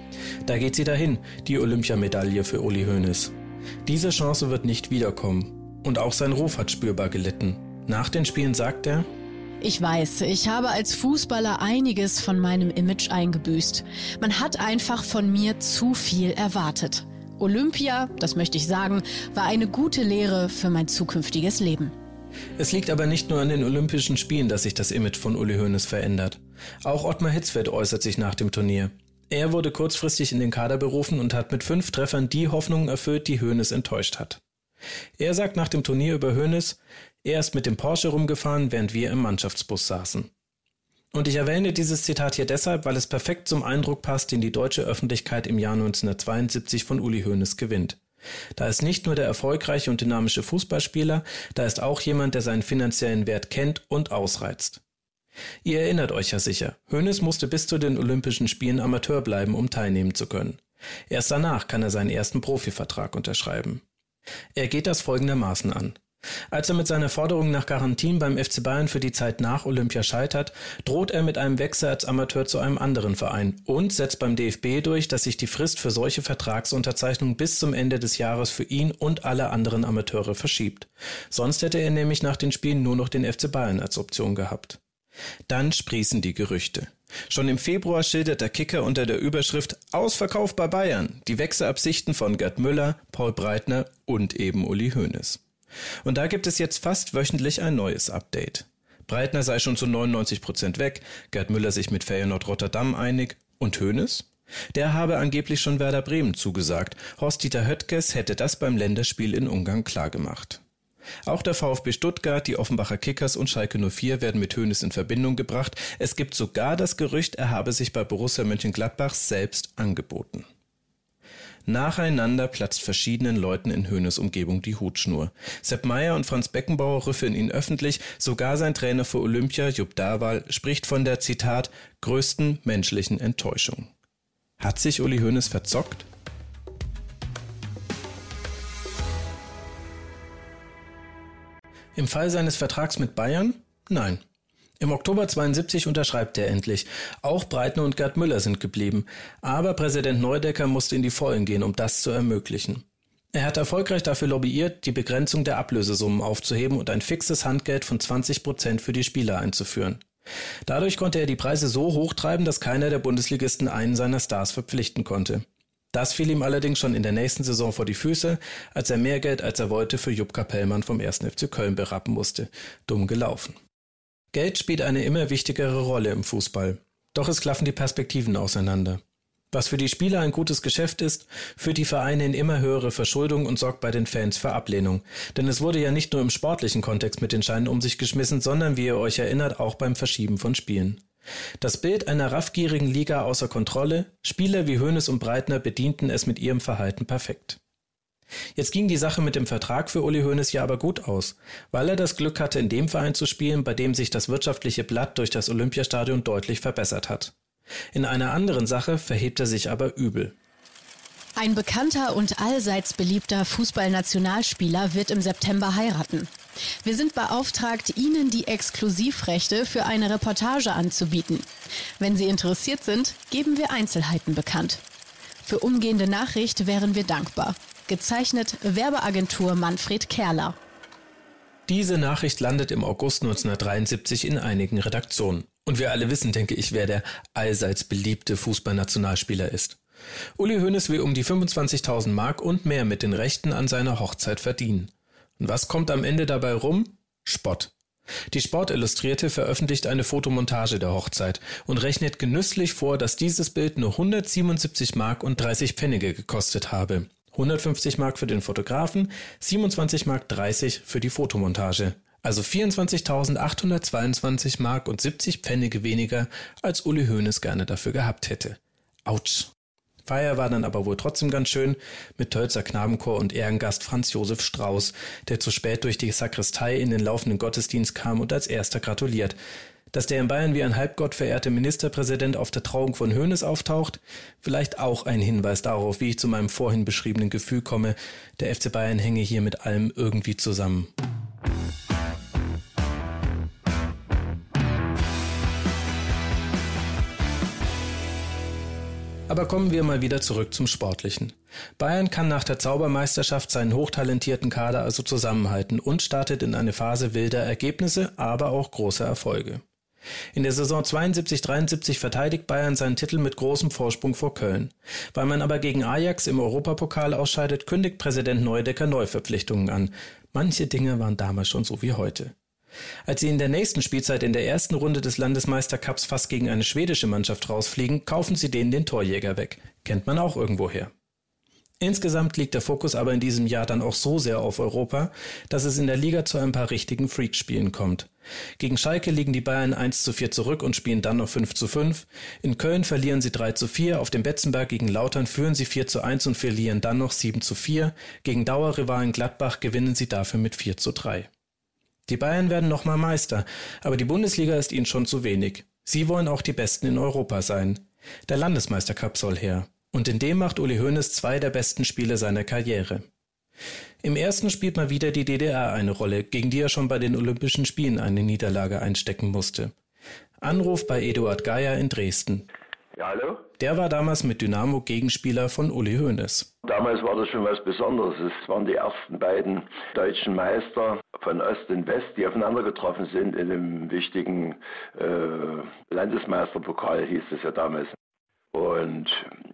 Da geht sie dahin, die Olympiamedaille für Uli Hoeneß. Diese Chance wird nicht wiederkommen. Und auch sein Ruf hat spürbar gelitten. Nach den Spielen sagt er: Ich weiß, ich habe als Fußballer einiges von meinem Image eingebüßt. Man hat einfach von mir zu viel erwartet. Olympia, das möchte ich sagen, war eine gute Lehre für mein zukünftiges Leben. Es liegt aber nicht nur an den Olympischen Spielen, dass sich das Image von Uli Hoeneß verändert. Auch Ottmar Hitzfeld äußert sich nach dem Turnier. Er wurde kurzfristig in den Kader berufen und hat mit fünf Treffern die Hoffnungen erfüllt, die Hoeneß enttäuscht hat. Er sagt nach dem Turnier über Hoeneß: Er ist mit dem Porsche rumgefahren, während wir im Mannschaftsbus saßen. Und ich erwähne dieses Zitat hier deshalb, weil es perfekt zum Eindruck passt, den die deutsche Öffentlichkeit im Jahr neunzehnhundertzweiundsiebzig von Uli Hoeneß gewinnt. Da ist nicht nur der erfolgreiche und dynamische Fußballspieler, da ist auch jemand, der seinen finanziellen Wert kennt und ausreizt. Ihr erinnert euch ja sicher, Hoeneß musste bis zu den Olympischen Spielen Amateur bleiben, um teilnehmen zu können. Erst danach kann er seinen ersten Profivertrag unterschreiben. Er geht das folgendermaßen an. Als er mit seiner Forderung nach Garantien beim F C Bayern für die Zeit nach Olympia scheitert, droht er mit einem Wechsel als Amateur zu einem anderen Verein und setzt beim D F B durch, dass sich die Frist für solche Vertragsunterzeichnungen bis zum Ende des Jahres für ihn und alle anderen Amateure verschiebt. Sonst hätte er nämlich nach den Spielen nur noch den F C Bayern als Option gehabt. Dann sprießen die Gerüchte. Schon im Februar schildert der Kicker unter der Überschrift "Ausverkauf bei Bayern" die Wechselabsichten von Gerd Müller, Paul Breitner und eben Uli Hoeneß. Und da gibt es jetzt fast wöchentlich ein neues Update. Breitner sei schon zu neunundneunzig Prozent weg, Gerd Müller sich mit Feyenoord Rotterdam einig und Hoeneß? Der habe angeblich schon Werder Bremen zugesagt. Horst-Dieter Höttges hätte das beim Länderspiel in Ungarn klargemacht. Auch der VfB Stuttgart, die Offenbacher Kickers und Schalke null vier werden mit Hoeneß in Verbindung gebracht. Es gibt sogar das Gerücht, er habe sich bei Borussia Mönchengladbach selbst angeboten. Nacheinander platzt verschiedenen Leuten in Hoeneß Umgebung die Hutschnur. Sepp Maier und Franz Beckenbauer rüffeln ihn öffentlich, sogar sein Trainer für Olympia, Jupp Darwal, spricht von der, Zitat, größten menschlichen Enttäuschung. Hat sich Uli Hoeneß verzockt? Im Fall seines Vertrags mit Bayern? Nein. Im Oktober zweiundsiebzig unterschreibt er endlich. Auch Breitner und Gerd Müller sind geblieben. Aber Präsident Neudecker musste in die Vollen gehen, um das zu ermöglichen. Er hat erfolgreich dafür lobbyiert, die Begrenzung der Ablösesummen aufzuheben und ein fixes Handgeld von zwanzig Prozent für die Spieler einzuführen. Dadurch konnte er die Preise so hoch treiben, dass keiner der Bundesligisten einen seiner Stars verpflichten konnte. Das fiel ihm allerdings schon in der nächsten Saison vor die Füße, als er mehr Geld als er wollte für Jupp Kapellmann vom ersten F C Köln berappen musste. Dumm gelaufen. Geld spielt eine immer wichtigere Rolle im Fußball. Doch es klaffen die Perspektiven auseinander. Was für die Spieler ein gutes Geschäft ist, führt die Vereine in immer höhere Verschuldung und sorgt bei den Fans für Ablehnung. Denn es wurde ja nicht nur im sportlichen Kontext mit den Scheinen um sich geschmissen, sondern, wie ihr euch erinnert, auch beim Verschieben von Spielen. Das Bild einer raffgierigen Liga außer Kontrolle, Spieler wie Hoeneß und Breitner bedienten es mit ihrem Verhalten perfekt. Jetzt ging die Sache mit dem Vertrag für Uli Hoeneß ja aber gut aus, weil er das Glück hatte, in dem Verein zu spielen, bei dem sich das wirtschaftliche Blatt durch das Olympiastadion deutlich verbessert hat. In einer anderen Sache verhebt er sich aber übel. Ein bekannter und allseits beliebter Fußballnationalspieler wird im September heiraten. Wir sind beauftragt, Ihnen die Exklusivrechte für eine Reportage anzubieten. Wenn Sie interessiert sind, geben wir Einzelheiten bekannt. Für umgehende Nachricht wären wir dankbar. Gezeichnet Werbeagentur Manfred Kerler. Diese Nachricht landet im August neunzehnhundertdreiundsiebzig in einigen Redaktionen. Und wir alle wissen, denke ich, wer der allseits beliebte Fußballnationalspieler ist. Uli Hoeneß will um die fünfundzwanzigtausend Mark und mehr mit den Rechten an seiner Hochzeit verdienen. Und was kommt am Ende dabei rum? Spott. Die Sport Illustrierte veröffentlicht eine Fotomontage der Hochzeit und rechnet genüsslich vor, dass dieses Bild nur hundertsiebenundsiebzig Mark und dreißig Pfennige gekostet habe. hundertfünfzig Mark für den Fotografen, siebenundzwanzig Mark dreißig für die Fotomontage. Also vierundzwanzigtausendachthundertzweiundzwanzig Mark und siebzig Pfennige weniger, als Uli Hoeneß gerne dafür gehabt hätte. Autsch. Feier war dann aber wohl trotzdem ganz schön, mit Tölzer Knabenchor und Ehrengast Franz Josef Strauß, der zu spät durch die Sakristei in den laufenden Gottesdienst kam und als erster gratuliert. Dass der in Bayern wie ein Halbgott verehrte Ministerpräsident auf der Trauung von Hoeneß auftaucht, vielleicht auch ein Hinweis darauf, wie ich zu meinem vorhin beschriebenen Gefühl komme, der F C Bayern hänge hier mit allem irgendwie zusammen. Aber kommen wir mal wieder zurück zum Sportlichen. Bayern kann nach der Zaubermeisterschaft seinen hochtalentierten Kader also zusammenhalten und startet in eine Phase wilder Ergebnisse, aber auch großer Erfolge. In der Saison zweiundsiebzig dreiundsiebzig verteidigt Bayern seinen Titel mit großem Vorsprung vor Köln. Weil man aber gegen Ajax im Europapokal ausscheidet, kündigt Präsident Neudecker Neuverpflichtungen an. Manche Dinge waren damals schon so wie heute. Als sie in der nächsten Spielzeit in der ersten Runde des Landesmeistercups fast gegen eine schwedische Mannschaft rausfliegen, kaufen sie denen den Torjäger weg. Kennt man auch irgendwoher. Insgesamt liegt der Fokus aber in diesem Jahr dann auch so sehr auf Europa, dass es in der Liga zu ein paar richtigen Freakspielen kommt. Gegen Schalke liegen die Bayern eins zu vier zurück und spielen dann noch fünf zu fünf. In Köln verlieren sie drei zu vier, auf dem Betzenberg gegen Lautern führen sie vier zu eins und verlieren dann noch sieben zu vier. Gegen Dauerrivalen Gladbach gewinnen sie dafür mit vier zu drei. Die Bayern werden nochmal Meister, aber die Bundesliga ist ihnen schon zu wenig. Sie wollen auch die Besten in Europa sein. Der Landesmeistercup soll her. Und in dem macht Uli Hoeneß zwei der besten Spiele seiner Karriere. Im ersten spielt mal wieder die D D R eine Rolle, gegen die er schon bei den Olympischen Spielen eine Niederlage einstecken musste. Anruf bei Eduard Geier in Dresden. Ja, hallo? Der war damals mit Dynamo Gegenspieler von Uli Hoeneß. Damals war das schon was Besonderes. Es waren die ersten beiden deutschen Meister von Ost und West, die aufeinander getroffen sind in dem wichtigen äh, Landesmeisterpokal, hieß es ja damals. Und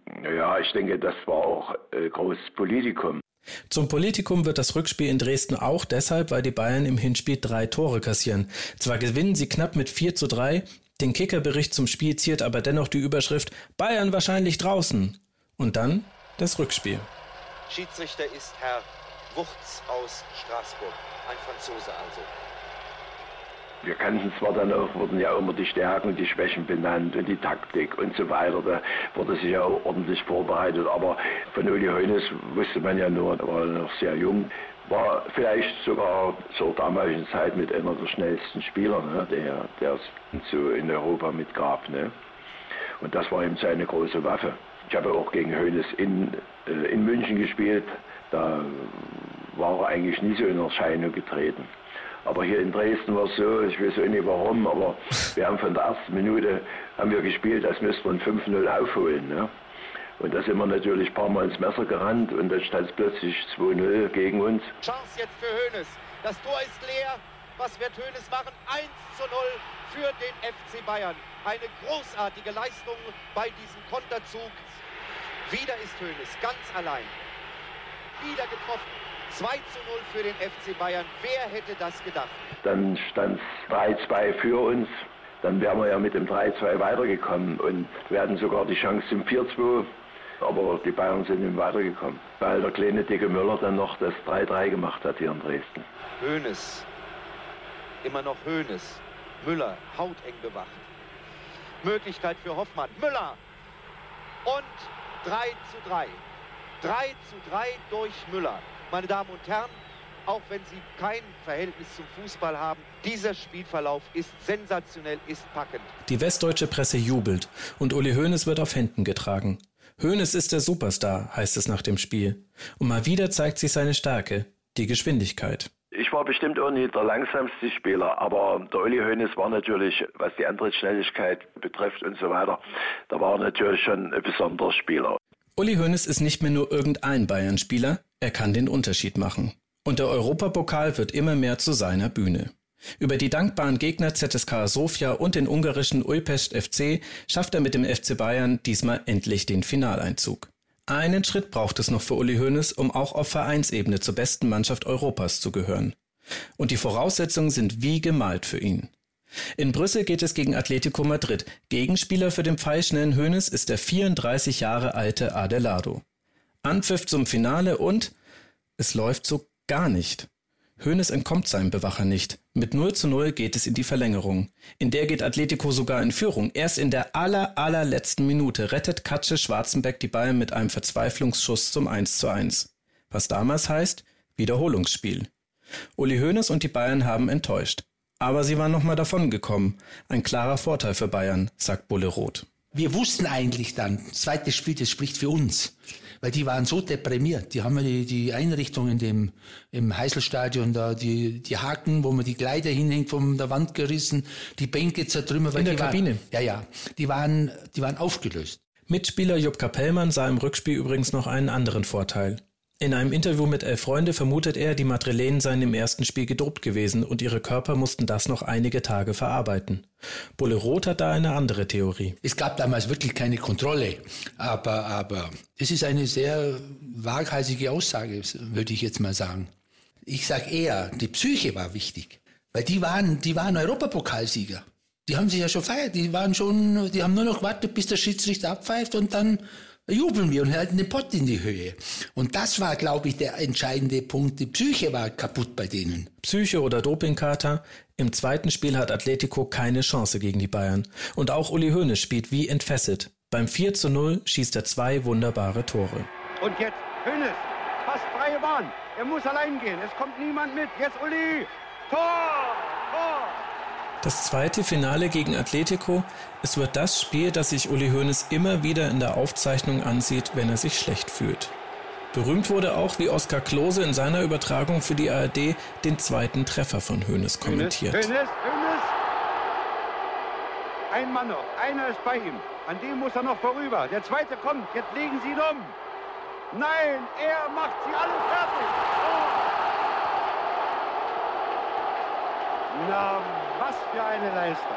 ja, ich denke, das war auch äh, großes Politikum. Zum Politikum wird das Rückspiel in Dresden auch deshalb, weil die Bayern im Hinspiel drei Tore kassieren. Zwar gewinnen sie knapp mit vier zu drei, den Kickerbericht zum Spiel ziert aber dennoch die Überschrift Bayern wahrscheinlich draußen. Und dann das Rückspiel. Schiedsrichter ist Herr Wurz aus Straßburg, ein Franzose also. Wir kannten zwar dann auch, wurden ja immer die Stärken und die Schwächen benannt und die Taktik und so weiter. Da wurde sich ja auch ordentlich vorbereitet. Aber von Uli Hoeneß wusste man ja nur, er war noch sehr jung. War vielleicht sogar zur damaligen Zeit mit einer der schnellsten Spieler, ne, der, der es so in Europa mitgab. Ne. Und das war eben seine große Waffe. Ich habe auch gegen Hoeneß in, äh, in München gespielt. Da war er eigentlich nie so in Erscheinung getreten. Aber hier in Dresden war es so, ich weiß auch nicht warum, aber wir haben von der ersten Minute haben wir gespielt, als müssten wir ein fünf null aufholen. Ne? Und da sind wir natürlich ein paar Mal ins Messer gerannt und dann stand es plötzlich zwei null gegen uns. Chance jetzt für Hoeneß. Das Tor ist leer. Was wird Hoeneß machen? eins zu null für den F C Bayern. Eine großartige Leistung bei diesem Konterzug. Wieder ist Hoeneß ganz allein. Wieder getroffen. zwei zu null für den F C Bayern. Wer hätte das gedacht? Dann stand es drei zwei für uns. Dann wären wir ja mit dem drei zwei weitergekommen und wir hatten sogar die Chance zum vier zwei. Aber die Bayern sind nicht weitergekommen, weil der kleine dicke Müller dann noch das drei drei gemacht hat hier in Dresden. Hoeneß, immer noch Hoeneß. Müller, hauteng bewacht. Möglichkeit für Hoffmann. Müller und drei zu drei. drei zu drei durch Müller. Meine Damen und Herren, auch wenn Sie kein Verhältnis zum Fußball haben, dieser Spielverlauf ist sensationell, ist packend. Die westdeutsche Presse jubelt und Uli Hoeneß wird auf Händen getragen. Hoeneß ist der Superstar, heißt es nach dem Spiel. Und mal wieder zeigt sich seine Stärke, die Geschwindigkeit. Ich war bestimmt auch nicht der langsamste Spieler, aber der Uli Hoeneß war natürlich, was die Antrittsschnelligkeit betrifft und so weiter, da war er natürlich schon ein besonderer Spieler. Uli Hoeneß ist nicht mehr nur irgendein Bayern-Spieler, er kann den Unterschied machen. Und der Europapokal wird immer mehr zu seiner Bühne. Über die dankbaren Gegner Z S K Sofia und den ungarischen Újpest F C schafft er mit dem F C Bayern diesmal endlich den Finaleinzug. Einen Schritt braucht es noch für Uli Hoeneß, um auch auf Vereinsebene zur besten Mannschaft Europas zu gehören. Und die Voraussetzungen sind wie gemalt für ihn. In Brüssel geht es gegen Atletico Madrid. Gegenspieler für den pfeilschnellen Hoeneß ist der vierunddreißig Jahre alte Adelardo. Anpfiff zum Finale und es läuft so gar nicht. Hoeneß entkommt seinem Bewacher nicht. Mit null zu null geht es in die Verlängerung. In der geht Atletico sogar in Führung. Erst in der aller, allerletzten Minute rettet Katsche Schwarzenbeck die Bayern mit einem Verzweiflungsschuss zum eins zu eins. Was damals heißt, Wiederholungsspiel. Uli Hoeneß und die Bayern haben enttäuscht. Aber sie waren nochmal davon gekommen. Ein klarer Vorteil für Bayern, sagt Bulle Roth. Wir wussten eigentlich dann, das zweite Spiel, das spricht für uns. Weil die waren so deprimiert. Die haben ja die, die Einrichtung in dem, im Heißelstadion da, die, die Haken, wo man die Kleider hinhängt, von der Wand gerissen, die Bänke zertrümmert. In der die Kabine. Waren, ja, ja. Die waren, die waren aufgelöst. Mitspieler Jupp Kapellmann sah im Rückspiel übrigens noch einen anderen Vorteil. In einem Interview mit Elf Freunde vermutet er, die Madrilenen seien im ersten Spiel gedopt gewesen und ihre Körper mussten das noch einige Tage verarbeiten. Bulle Roth hat da eine andere Theorie. Es gab damals wirklich keine Kontrolle, aber, aber es ist eine sehr waghalsige Aussage, würde ich jetzt mal sagen. Ich sage eher, die Psyche war wichtig, weil die waren, die waren Europapokalsieger. Die haben sich ja schon feiert, die waren schon, die haben nur noch gewartet, bis der Schiedsrichter abpfeift und dann jubeln wir und halten den Pott in die Höhe. Und das war, glaube ich, der entscheidende Punkt. Die Psyche war kaputt bei denen. Psyche oder Dopingkater? Im zweiten Spiel hat Atletico keine Chance gegen die Bayern. Und auch Uli Hoeneß spielt wie entfesselt. Beim vier zu null schießt er zwei wunderbare Tore. Und jetzt Hoeneß, fast freie Bahn. Er muss allein gehen. Es kommt niemand mit. Jetzt Uli. Tor! Tor! Das zweite Finale gegen Atletico, es wird das Spiel, das sich Uli Hoeneß immer wieder in der Aufzeichnung ansieht, wenn er sich schlecht fühlt. Berühmt wurde auch, wie Oskar Klose in seiner Übertragung für die A R D den zweiten Treffer von Hoeneß kommentiert. Hoeneß, Hoeneß. Ein Mann noch, einer ist bei ihm. An dem muss er noch vorüber. Der zweite kommt, jetzt legen sie ihn um. Nein, er macht sie alle fertig. Oh. Na, was für eine Leistung.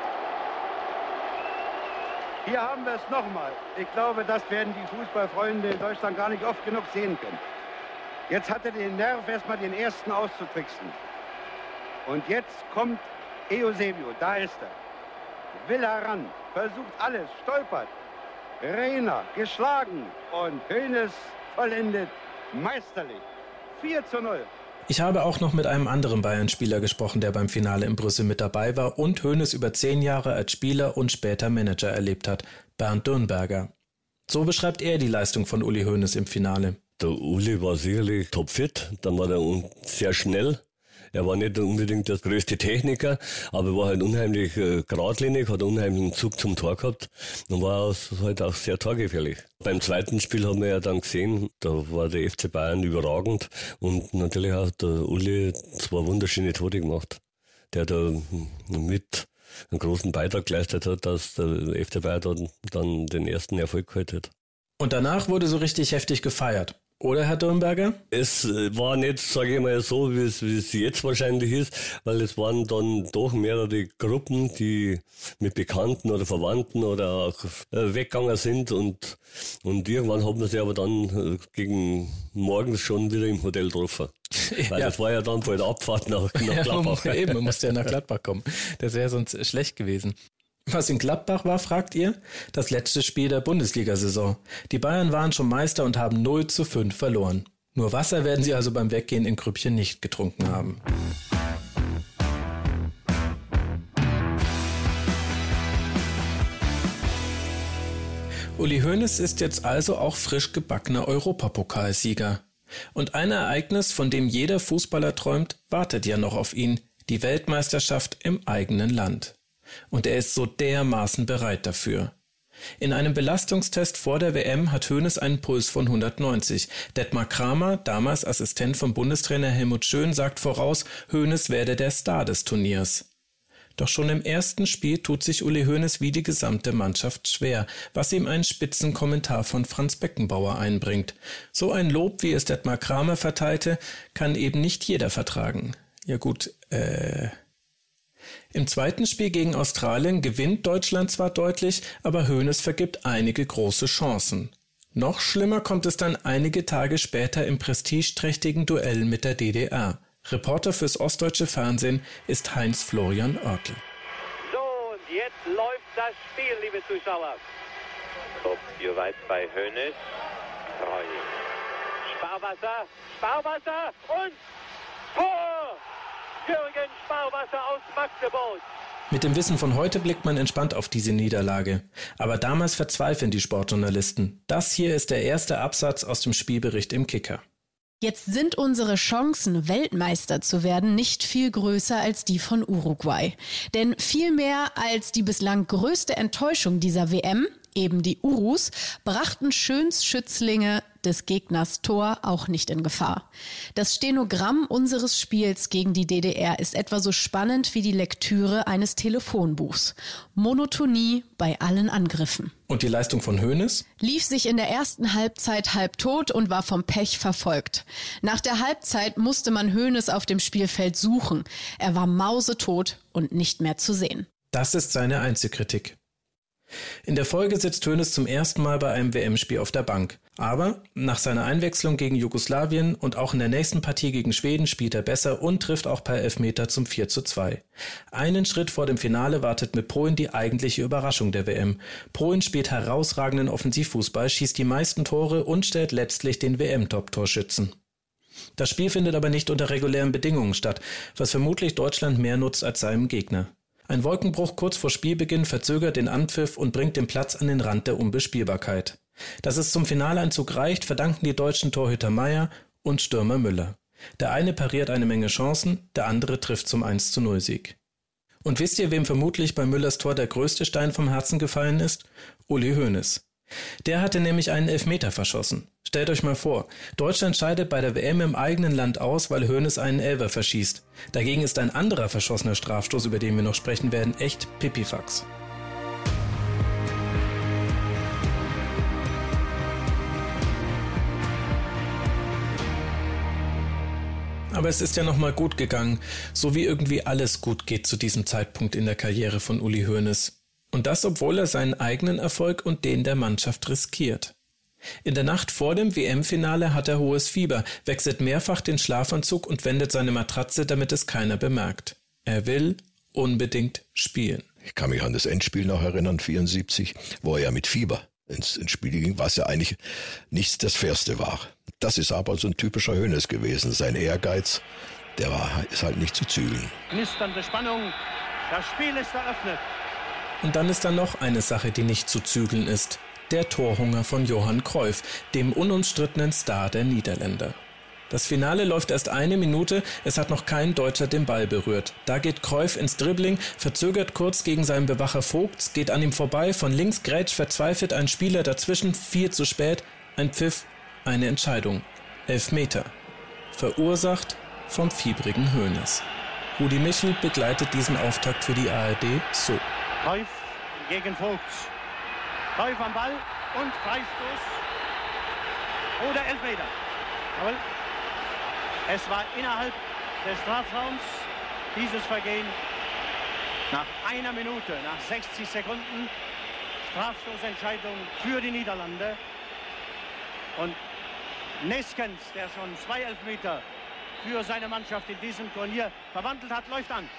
Hier haben wir es nochmal. Ich glaube, das werden die Fußballfreunde in Deutschland gar nicht oft genug sehen können. Jetzt hat er den Nerv, erstmal den ersten auszutricksen. Und jetzt kommt Eusebio, da ist er. Will heran, versucht alles, stolpert. Reiner geschlagen und Hoeneß vollendet meisterlich. vier zu null. Ich habe auch noch mit einem anderen Bayern-Spieler gesprochen, der beim Finale in Brüssel mit dabei war und Hoeneß über zehn Jahre als Spieler und später Manager erlebt hat, Bernd Dürnberger. So beschreibt er die Leistung von Uli Hoeneß im Finale. Der Uli war sicherlich topfit, dann war er sehr schnell. Er war nicht unbedingt der größte Techniker, aber war halt unheimlich äh, geradlinig, hat einen unheimlichen Zug zum Tor gehabt und war auch, halt auch sehr torgefährlich. Beim zweiten Spiel haben wir ja dann gesehen, da war der F C Bayern überragend und natürlich hat der Uli zwei wunderschöne Tore gemacht, der da mit einen großen Beitrag geleistet hat, dass der F C Bayern dann, dann den ersten Erfolg geholt hat. Und danach wurde so richtig heftig gefeiert. Oder, Herr Dürnberger? Es war nicht, sage ich mal, so, wie es, wie es jetzt wahrscheinlich ist, weil es waren dann doch mehrere Gruppen, die mit Bekannten oder Verwandten oder auch weggegangen sind und, und irgendwann hat man sie aber dann gegen morgens schon wieder im Hotel getroffen. Weil ja. Das war ja dann vor der Abfahrt nach, nach ja, Gladbach. Man, eben, man musste ja nach Gladbach kommen. Das wäre sonst schlecht gewesen. Was in Gladbach war, fragt ihr? Das letzte Spiel der Bundesliga-Saison. Die Bayern waren schon Meister und haben null zu fünf verloren. Nur Wasser werden sie also beim Weggehen in Grüppchen nicht getrunken haben. Uli Hoeneß ist jetzt also auch frisch gebackener Europapokalsieger. Und ein Ereignis, von dem jeder Fußballer träumt, wartet ja noch auf ihn. Die Weltmeisterschaft im eigenen Land. Und er ist so dermaßen bereit dafür. In einem Belastungstest vor der W M hat Hoeneß einen Puls von hundertneunzig. Detmar Kramer, damals Assistent von Bundestrainer Helmut Schön, sagt voraus, Hoeneß werde der Star des Turniers. Doch schon im ersten Spiel tut sich Uli Hoeneß wie die gesamte Mannschaft schwer, was ihm einen spitzen Kommentar von Franz Beckenbauer einbringt. So ein Lob, wie es Detmar Kramer verteilte, kann eben nicht jeder vertragen. Ja gut, äh... Im zweiten Spiel gegen Australien gewinnt Deutschland zwar deutlich, aber Hoeneß vergibt einige große Chancen. Noch schlimmer kommt es dann einige Tage später im prestigeträchtigen Duell mit der D D R. Reporter fürs Ostdeutsche Fernsehen ist Heinz-Florian Oertel. So, und jetzt läuft das Spiel, liebe Zuschauer. Kopf hier weit bei Hoeneß. Treu. Sparwasser, Sparwasser und Tor! Jürgen Sparwasser aus Magdeburg. Mit dem Wissen von heute blickt man entspannt auf diese Niederlage. Aber damals verzweifeln die Sportjournalisten. Das hier ist der erste Absatz aus dem Spielbericht im Kicker. Jetzt sind unsere Chancen, Weltmeister zu werden, nicht viel größer als die von Uruguay. Denn viel mehr als die bislang größte Enttäuschung dieser W M, eben die Urus, brachten Schöns Schützlinge des Gegners Tor auch nicht in Gefahr. Das Stenogramm unseres Spiels gegen die D D R ist etwa so spannend wie die Lektüre eines Telefonbuchs. Monotonie bei allen Angriffen. Und die Leistung von Hoeneß? Lief sich in der ersten Halbzeit halb tot und war vom Pech verfolgt. Nach der Halbzeit musste man Hoeneß auf dem Spielfeld suchen. Er war mausetot und nicht mehr zu sehen. Das ist seine Einzelkritik. In der Folge sitzt Hoeneß zum ersten Mal bei einem W M-Spiel auf der Bank. Aber nach seiner Einwechslung gegen Jugoslawien und auch in der nächsten Partie gegen Schweden spielt er besser und trifft auch per Elfmeter zum vier zu zwei. Einen Schritt vor dem Finale wartet mit Polen die eigentliche Überraschung der W M. Polen spielt herausragenden Offensivfußball, schießt die meisten Tore und stellt letztlich den W M-Top-Torschützen. Das Spiel findet aber nicht unter regulären Bedingungen statt, was vermutlich Deutschland mehr nutzt als seinem Gegner. Ein Wolkenbruch kurz vor Spielbeginn verzögert den Anpfiff und bringt den Platz an den Rand der Unbespielbarkeit. Dass es zum Finaleinzug reicht, verdanken die deutschen Torhüter Meier und Stürmer Müller. Der eine pariert eine Menge Chancen, der andere trifft zum eins zu null Sieg. Und wisst ihr, wem vermutlich bei Müllers Tor der größte Stein vom Herzen gefallen ist? Uli Hoeneß. Der hatte nämlich einen Elfmeter verschossen. Stellt euch mal vor, Deutschland scheidet bei der W M im eigenen Land aus, weil Hoeneß einen Elfer verschießt. Dagegen ist ein anderer verschossener Strafstoß, über den wir noch sprechen werden, echt Pipifax. Aber es ist ja nochmal gut gegangen, so wie irgendwie alles gut geht zu diesem Zeitpunkt in der Karriere von Uli Hoeneß. Und das, obwohl er seinen eigenen Erfolg und den der Mannschaft riskiert. In der Nacht vor dem W M-Finale hat er hohes Fieber, wechselt mehrfach den Schlafanzug und wendet seine Matratze, damit es keiner bemerkt. Er will unbedingt spielen. Ich kann mich an das Endspiel noch erinnern, vierundsiebzig, wo er ja mit Fieber ins, ins Spiel ging, was ja eigentlich nicht das Fairste war. Das ist aber so ein typischer Hoeneß gewesen. Sein Ehrgeiz, der war, ist halt nicht zu zügeln. Knisternde Spannung, das Spiel ist eröffnet. Und dann ist da noch eine Sache, die nicht zu zügeln ist. Der Torhunger von Johan Cruyff, dem unumstrittenen Star der Niederländer. Das Finale läuft erst eine Minute, es hat noch kein Deutscher den Ball berührt. Da geht Cruyff ins Dribbling, verzögert kurz gegen seinen Bewacher Vogts, geht an ihm vorbei, von links grätscht verzweifelt ein Spieler dazwischen, viel zu spät, ein Pfiff, eine Entscheidung. Elfmeter. Verursacht vom fiebrigen Hoeneß. Rudi Michel begleitet diesen Auftakt für die A R D so. Cruyff gegen Vogts. Cruyff am Ball und Freistoß oder Elfmeter. Jawohl. Es war innerhalb des Strafraums dieses Vergehen. Nach einer Minute, nach sechzig Sekunden Strafstoßentscheidung für die Niederlande. Und Neskens, der schon zwei Elfmeter für seine Mannschaft in diesem Turnier verwandelt hat, läuft an.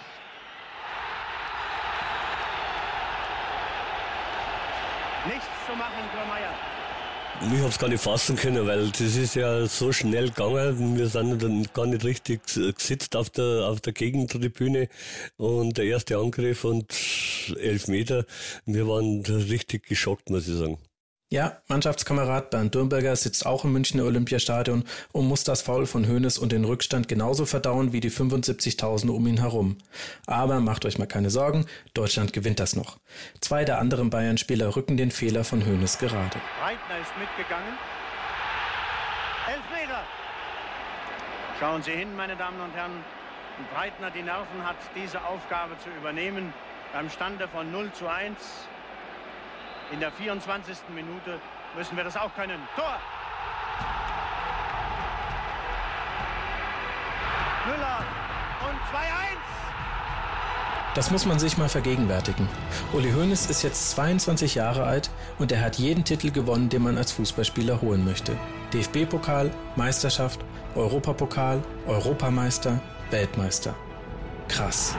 Nichts zu machen für Meier. Ich habe es gar nicht fassen können, weil das ist ja so schnell gegangen. Wir sind dann gar nicht richtig gesitzt auf der, auf der Gegentribüne. Und der erste Angriff und Elfmeter. Wir waren richtig geschockt, muss ich sagen. Ja, Mannschaftskamerad Bernd Dürnberger sitzt auch im Münchner Olympiastadion und muss das Foul von Hoeneß und den Rückstand genauso verdauen wie die fünfundsiebzigtausend um ihn herum. Aber macht euch mal keine Sorgen, Deutschland gewinnt das noch. Zwei der anderen Bayern-Spieler rücken den Fehler von Hoeneß gerade. Breitner ist mitgegangen. Elfmeter! Schauen Sie hin, meine Damen und Herren. Breitner die Nerven hat, diese Aufgabe zu übernehmen. Beim Stande von null zu eins. In der vierundzwanzigsten Minute müssen wir das auch können. Tor! Müller und zwei eins! Das muss man sich mal vergegenwärtigen. Uli Hoeneß ist jetzt zweiundzwanzig Jahre alt und er hat jeden Titel gewonnen, den man als Fußballspieler holen möchte. D F B-Pokal, Meisterschaft, Europapokal, Europameister, Weltmeister. Krass.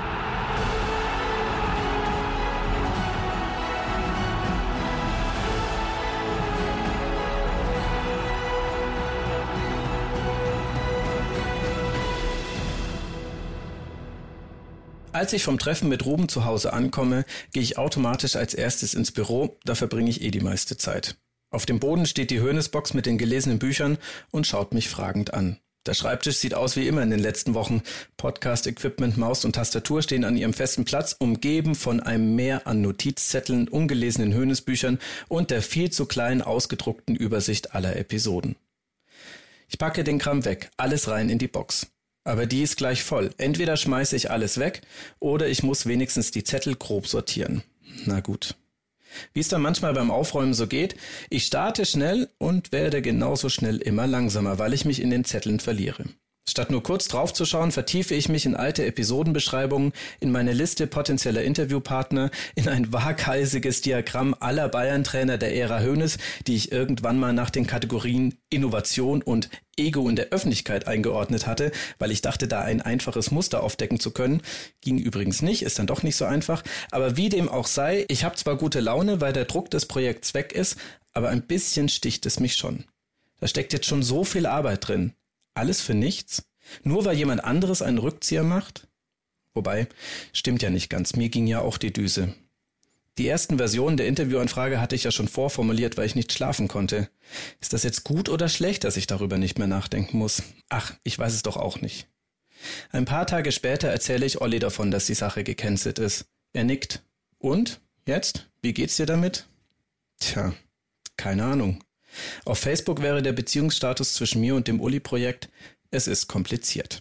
Als ich vom Treffen mit Ruben zu Hause ankomme, gehe ich automatisch als erstes ins Büro, da verbringe ich eh die meiste Zeit. Auf dem Boden steht die Hoeneß-Box mit den gelesenen Büchern und schaut mich fragend an. Der Schreibtisch sieht aus wie immer in den letzten Wochen. Podcast-Equipment, Maus und Tastatur stehen an ihrem festen Platz, umgeben von einem Meer an Notizzetteln, ungelesenen Hoeneß-Büchern und der viel zu kleinen ausgedruckten Übersicht aller Episoden. Ich packe den Kram weg, alles rein in die Box. Aber die ist gleich voll. Entweder schmeiße ich alles weg oder ich muss wenigstens die Zettel grob sortieren. Na gut. Wie es dann manchmal beim Aufräumen so geht, ich starte schnell und werde genauso schnell immer langsamer, weil ich mich in den Zetteln verliere. Statt nur kurz draufzuschauen, vertiefe ich mich in alte Episodenbeschreibungen, in meine Liste potenzieller Interviewpartner, in ein waghalsiges Diagramm aller Bayern-Trainer der Ära Hoeneß, die ich irgendwann mal nach den Kategorien Innovation und Ego in der Öffentlichkeit eingeordnet hatte, weil ich dachte, da ein einfaches Muster aufdecken zu können. Ging übrigens nicht, ist dann doch nicht so einfach. Aber wie dem auch sei, ich habe zwar gute Laune, weil der Druck des Projekts weg ist, aber ein bisschen sticht es mich schon. Da steckt jetzt schon so viel Arbeit drin. Alles für nichts? Nur weil jemand anderes einen Rückzieher macht? Wobei, stimmt ja nicht ganz, mir ging ja auch die Düse. Die ersten Versionen der Interviewanfrage hatte ich ja schon vorformuliert, weil ich nicht schlafen konnte. Ist das jetzt gut oder schlecht, dass ich darüber nicht mehr nachdenken muss? Ach, ich weiß es doch auch nicht. Ein paar Tage später erzähle ich Olli davon, dass die Sache gecancelt ist. Er nickt. Und? Jetzt? Wie geht's dir damit? Tja, keine Ahnung. Auf Facebook wäre der Beziehungsstatus zwischen mir und dem Uli-Projekt: Es ist kompliziert.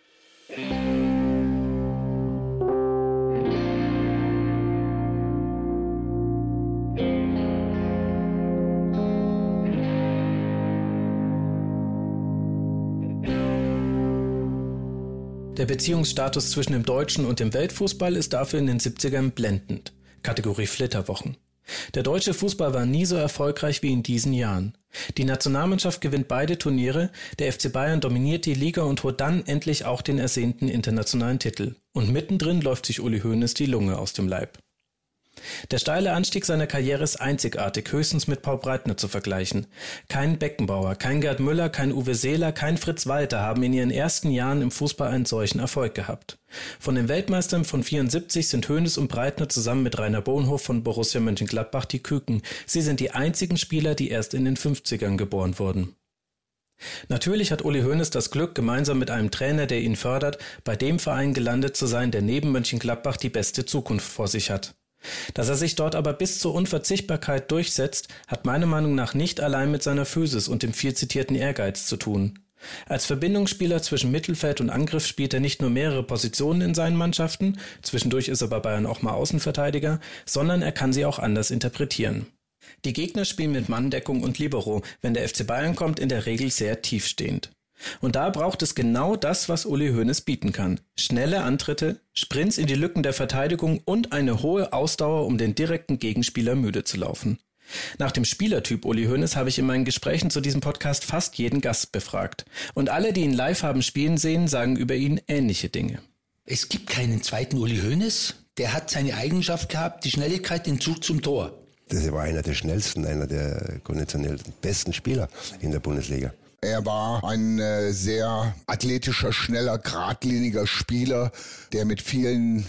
Der Beziehungsstatus zwischen dem deutschen und dem Weltfußball ist dafür in den siebzigern blendend. Kategorie Flitterwochen. Der deutsche Fußball war nie so erfolgreich wie in diesen Jahren. Die Nationalmannschaft gewinnt beide Turniere, der F C Bayern dominiert die Liga und holt dann endlich auch den ersehnten internationalen Titel. Und mittendrin läuft sich Uli Hoeneß die Lunge aus dem Leib. Der steile Anstieg seiner Karriere ist einzigartig, höchstens mit Paul Breitner zu vergleichen. Kein Beckenbauer, kein Gerd Müller, kein Uwe Seeler, kein Fritz Walter haben in ihren ersten Jahren im Fußball einen solchen Erfolg gehabt. Von den Weltmeistern von vierundsiebzig sind Hoeneß und Breitner zusammen mit Rainer Bonhof von Borussia Mönchengladbach die Küken. Sie sind die einzigen Spieler, die erst in den fünfzigern geboren wurden. Natürlich hat Uli Hoeneß das Glück, gemeinsam mit einem Trainer, der ihn fördert, bei dem Verein gelandet zu sein, der neben Mönchengladbach die beste Zukunft vor sich hat. Dass er sich dort aber bis zur Unverzichtbarkeit durchsetzt, hat meiner Meinung nach nicht allein mit seiner Physis und dem viel zitierten Ehrgeiz zu tun. Als Verbindungsspieler zwischen Mittelfeld und Angriff spielt er nicht nur mehrere Positionen in seinen Mannschaften, zwischendurch ist er bei Bayern auch mal Außenverteidiger, sondern er kann sie auch anders interpretieren. Die Gegner spielen mit Manndeckung und Libero, wenn der F C Bayern kommt, in der Regel sehr tiefstehend. Und da braucht es genau das, was Uli Hoeneß bieten kann. Schnelle Antritte, Sprints in die Lücken der Verteidigung und eine hohe Ausdauer, um den direkten Gegenspieler müde zu laufen. Nach dem Spielertyp Uli Hoeneß habe ich in meinen Gesprächen zu diesem Podcast fast jeden Gast befragt. Und alle, die ihn live haben spielen sehen, sagen über ihn ähnliche Dinge. Es gibt keinen zweiten Uli Hoeneß. Der hat seine Eigenschaft gehabt, die Schnelligkeit, den Zug zum Tor. Das war einer der schnellsten, einer der konditionell besten Spieler in der Bundesliga. Er war ein äh, sehr athletischer, schneller, geradliniger Spieler, der mit vielen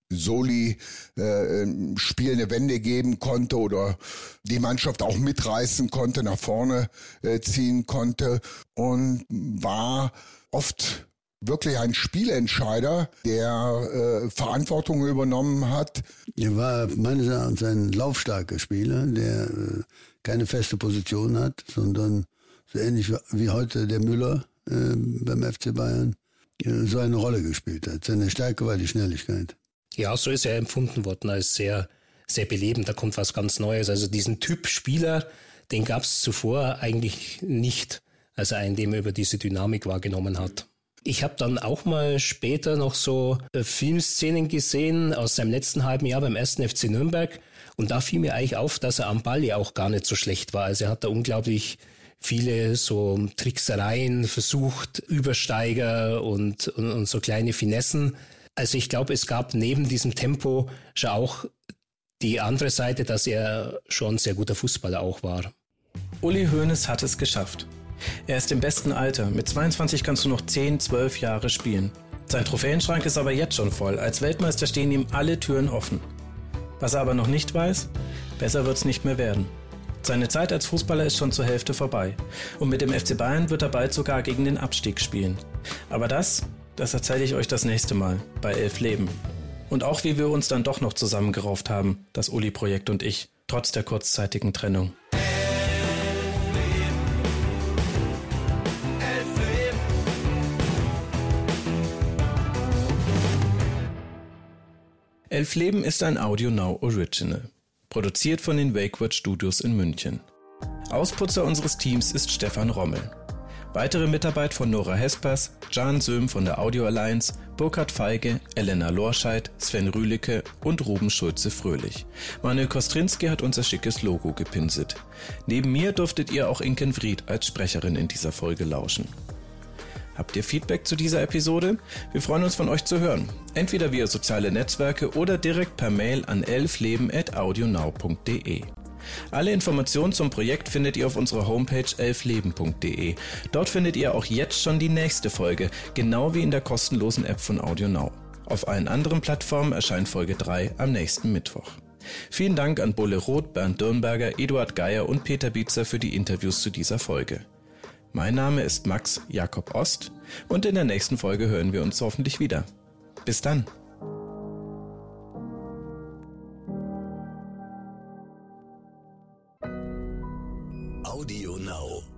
Soli äh, Spiel eine Wende geben konnte oder die Mannschaft auch mitreißen konnte, nach vorne äh, ziehen konnte und war oft wirklich ein Spielentscheider, der äh, Verantwortung übernommen hat. Er war meines Erachtens ein laufstarker Spieler, der äh, keine feste Position hat, sondern so ähnlich wie heute der Müller äh, beim F C Bayern äh, so eine Rolle gespielt hat. Seine Stärke war die Schnelligkeit. Ja, so ist er empfunden worden als sehr, sehr belebend. Da kommt was ganz Neues. Also diesen Typ Spieler, den gab es zuvor eigentlich nicht. Also einen, den man über diese Dynamik wahrgenommen hat. Ich habe dann auch mal später noch so äh, Filmszenen gesehen aus seinem letzten halben Jahr beim ersten F C Nürnberg. Und da fiel mir eigentlich auf, dass er am Ball ja auch gar nicht so schlecht war. Also er hat da unglaublich viele so Tricksereien versucht, Übersteiger und, und, und so kleine Finessen. Also ich glaube, es gab neben diesem Tempo schon auch die andere Seite, dass er schon ein sehr guter Fußballer auch war. Uli Hoeneß hat es geschafft. Er ist im besten Alter. Mit zweiundzwanzig kannst du noch zehn, zwölf Jahre spielen. Sein Trophäenschrank ist aber jetzt schon voll. Als Weltmeister stehen ihm alle Türen offen. Was er aber noch nicht weiß, besser wird's nicht mehr werden. Seine Zeit als Fußballer ist schon zur Hälfte vorbei. Und mit dem F C Bayern wird er bald sogar gegen den Abstieg spielen. Aber das, das erzähle ich euch das nächste Mal bei Elf Leben. Und auch wie wir uns dann doch noch zusammengerauft haben, das Uli-Projekt und ich, trotz der kurzzeitigen Trennung. Elf Leben ist ein Audio Now Original, produziert von den WakeWord Studios in München. Ausputzer unseres Teams ist Stefan Rommel. Weitere Mitarbeit von Nora Hespers, Can Söhm von der Audio Alliance, Burkhard Feige, Elena Lorscheid, Sven Rühlicke und Ruben Schulze-Fröhlich. Manuel Kostrinski hat unser schickes Logo gepinselt. Neben mir durftet ihr auch Inken Vried als Sprecherin in dieser Folge lauschen. Habt ihr Feedback zu dieser Episode? Wir freuen uns von euch zu hören. Entweder via soziale Netzwerke oder direkt per Mail an elfleben at audionow punkt de. Alle Informationen zum Projekt findet ihr auf unserer Homepage elfleben punkt de. Dort findet ihr auch jetzt schon die nächste Folge, genau wie in der kostenlosen App von AudioNow. Auf allen anderen Plattformen erscheint Folge drei am nächsten Mittwoch. Vielen Dank an Bulle Roth, Bernd Dürnberger, Eduard Geier und Peter Bietzer für die Interviews zu dieser Folge. Mein Name ist Max Jakob Ost und in der nächsten Folge hören wir uns hoffentlich wieder. Bis dann! Audio Now.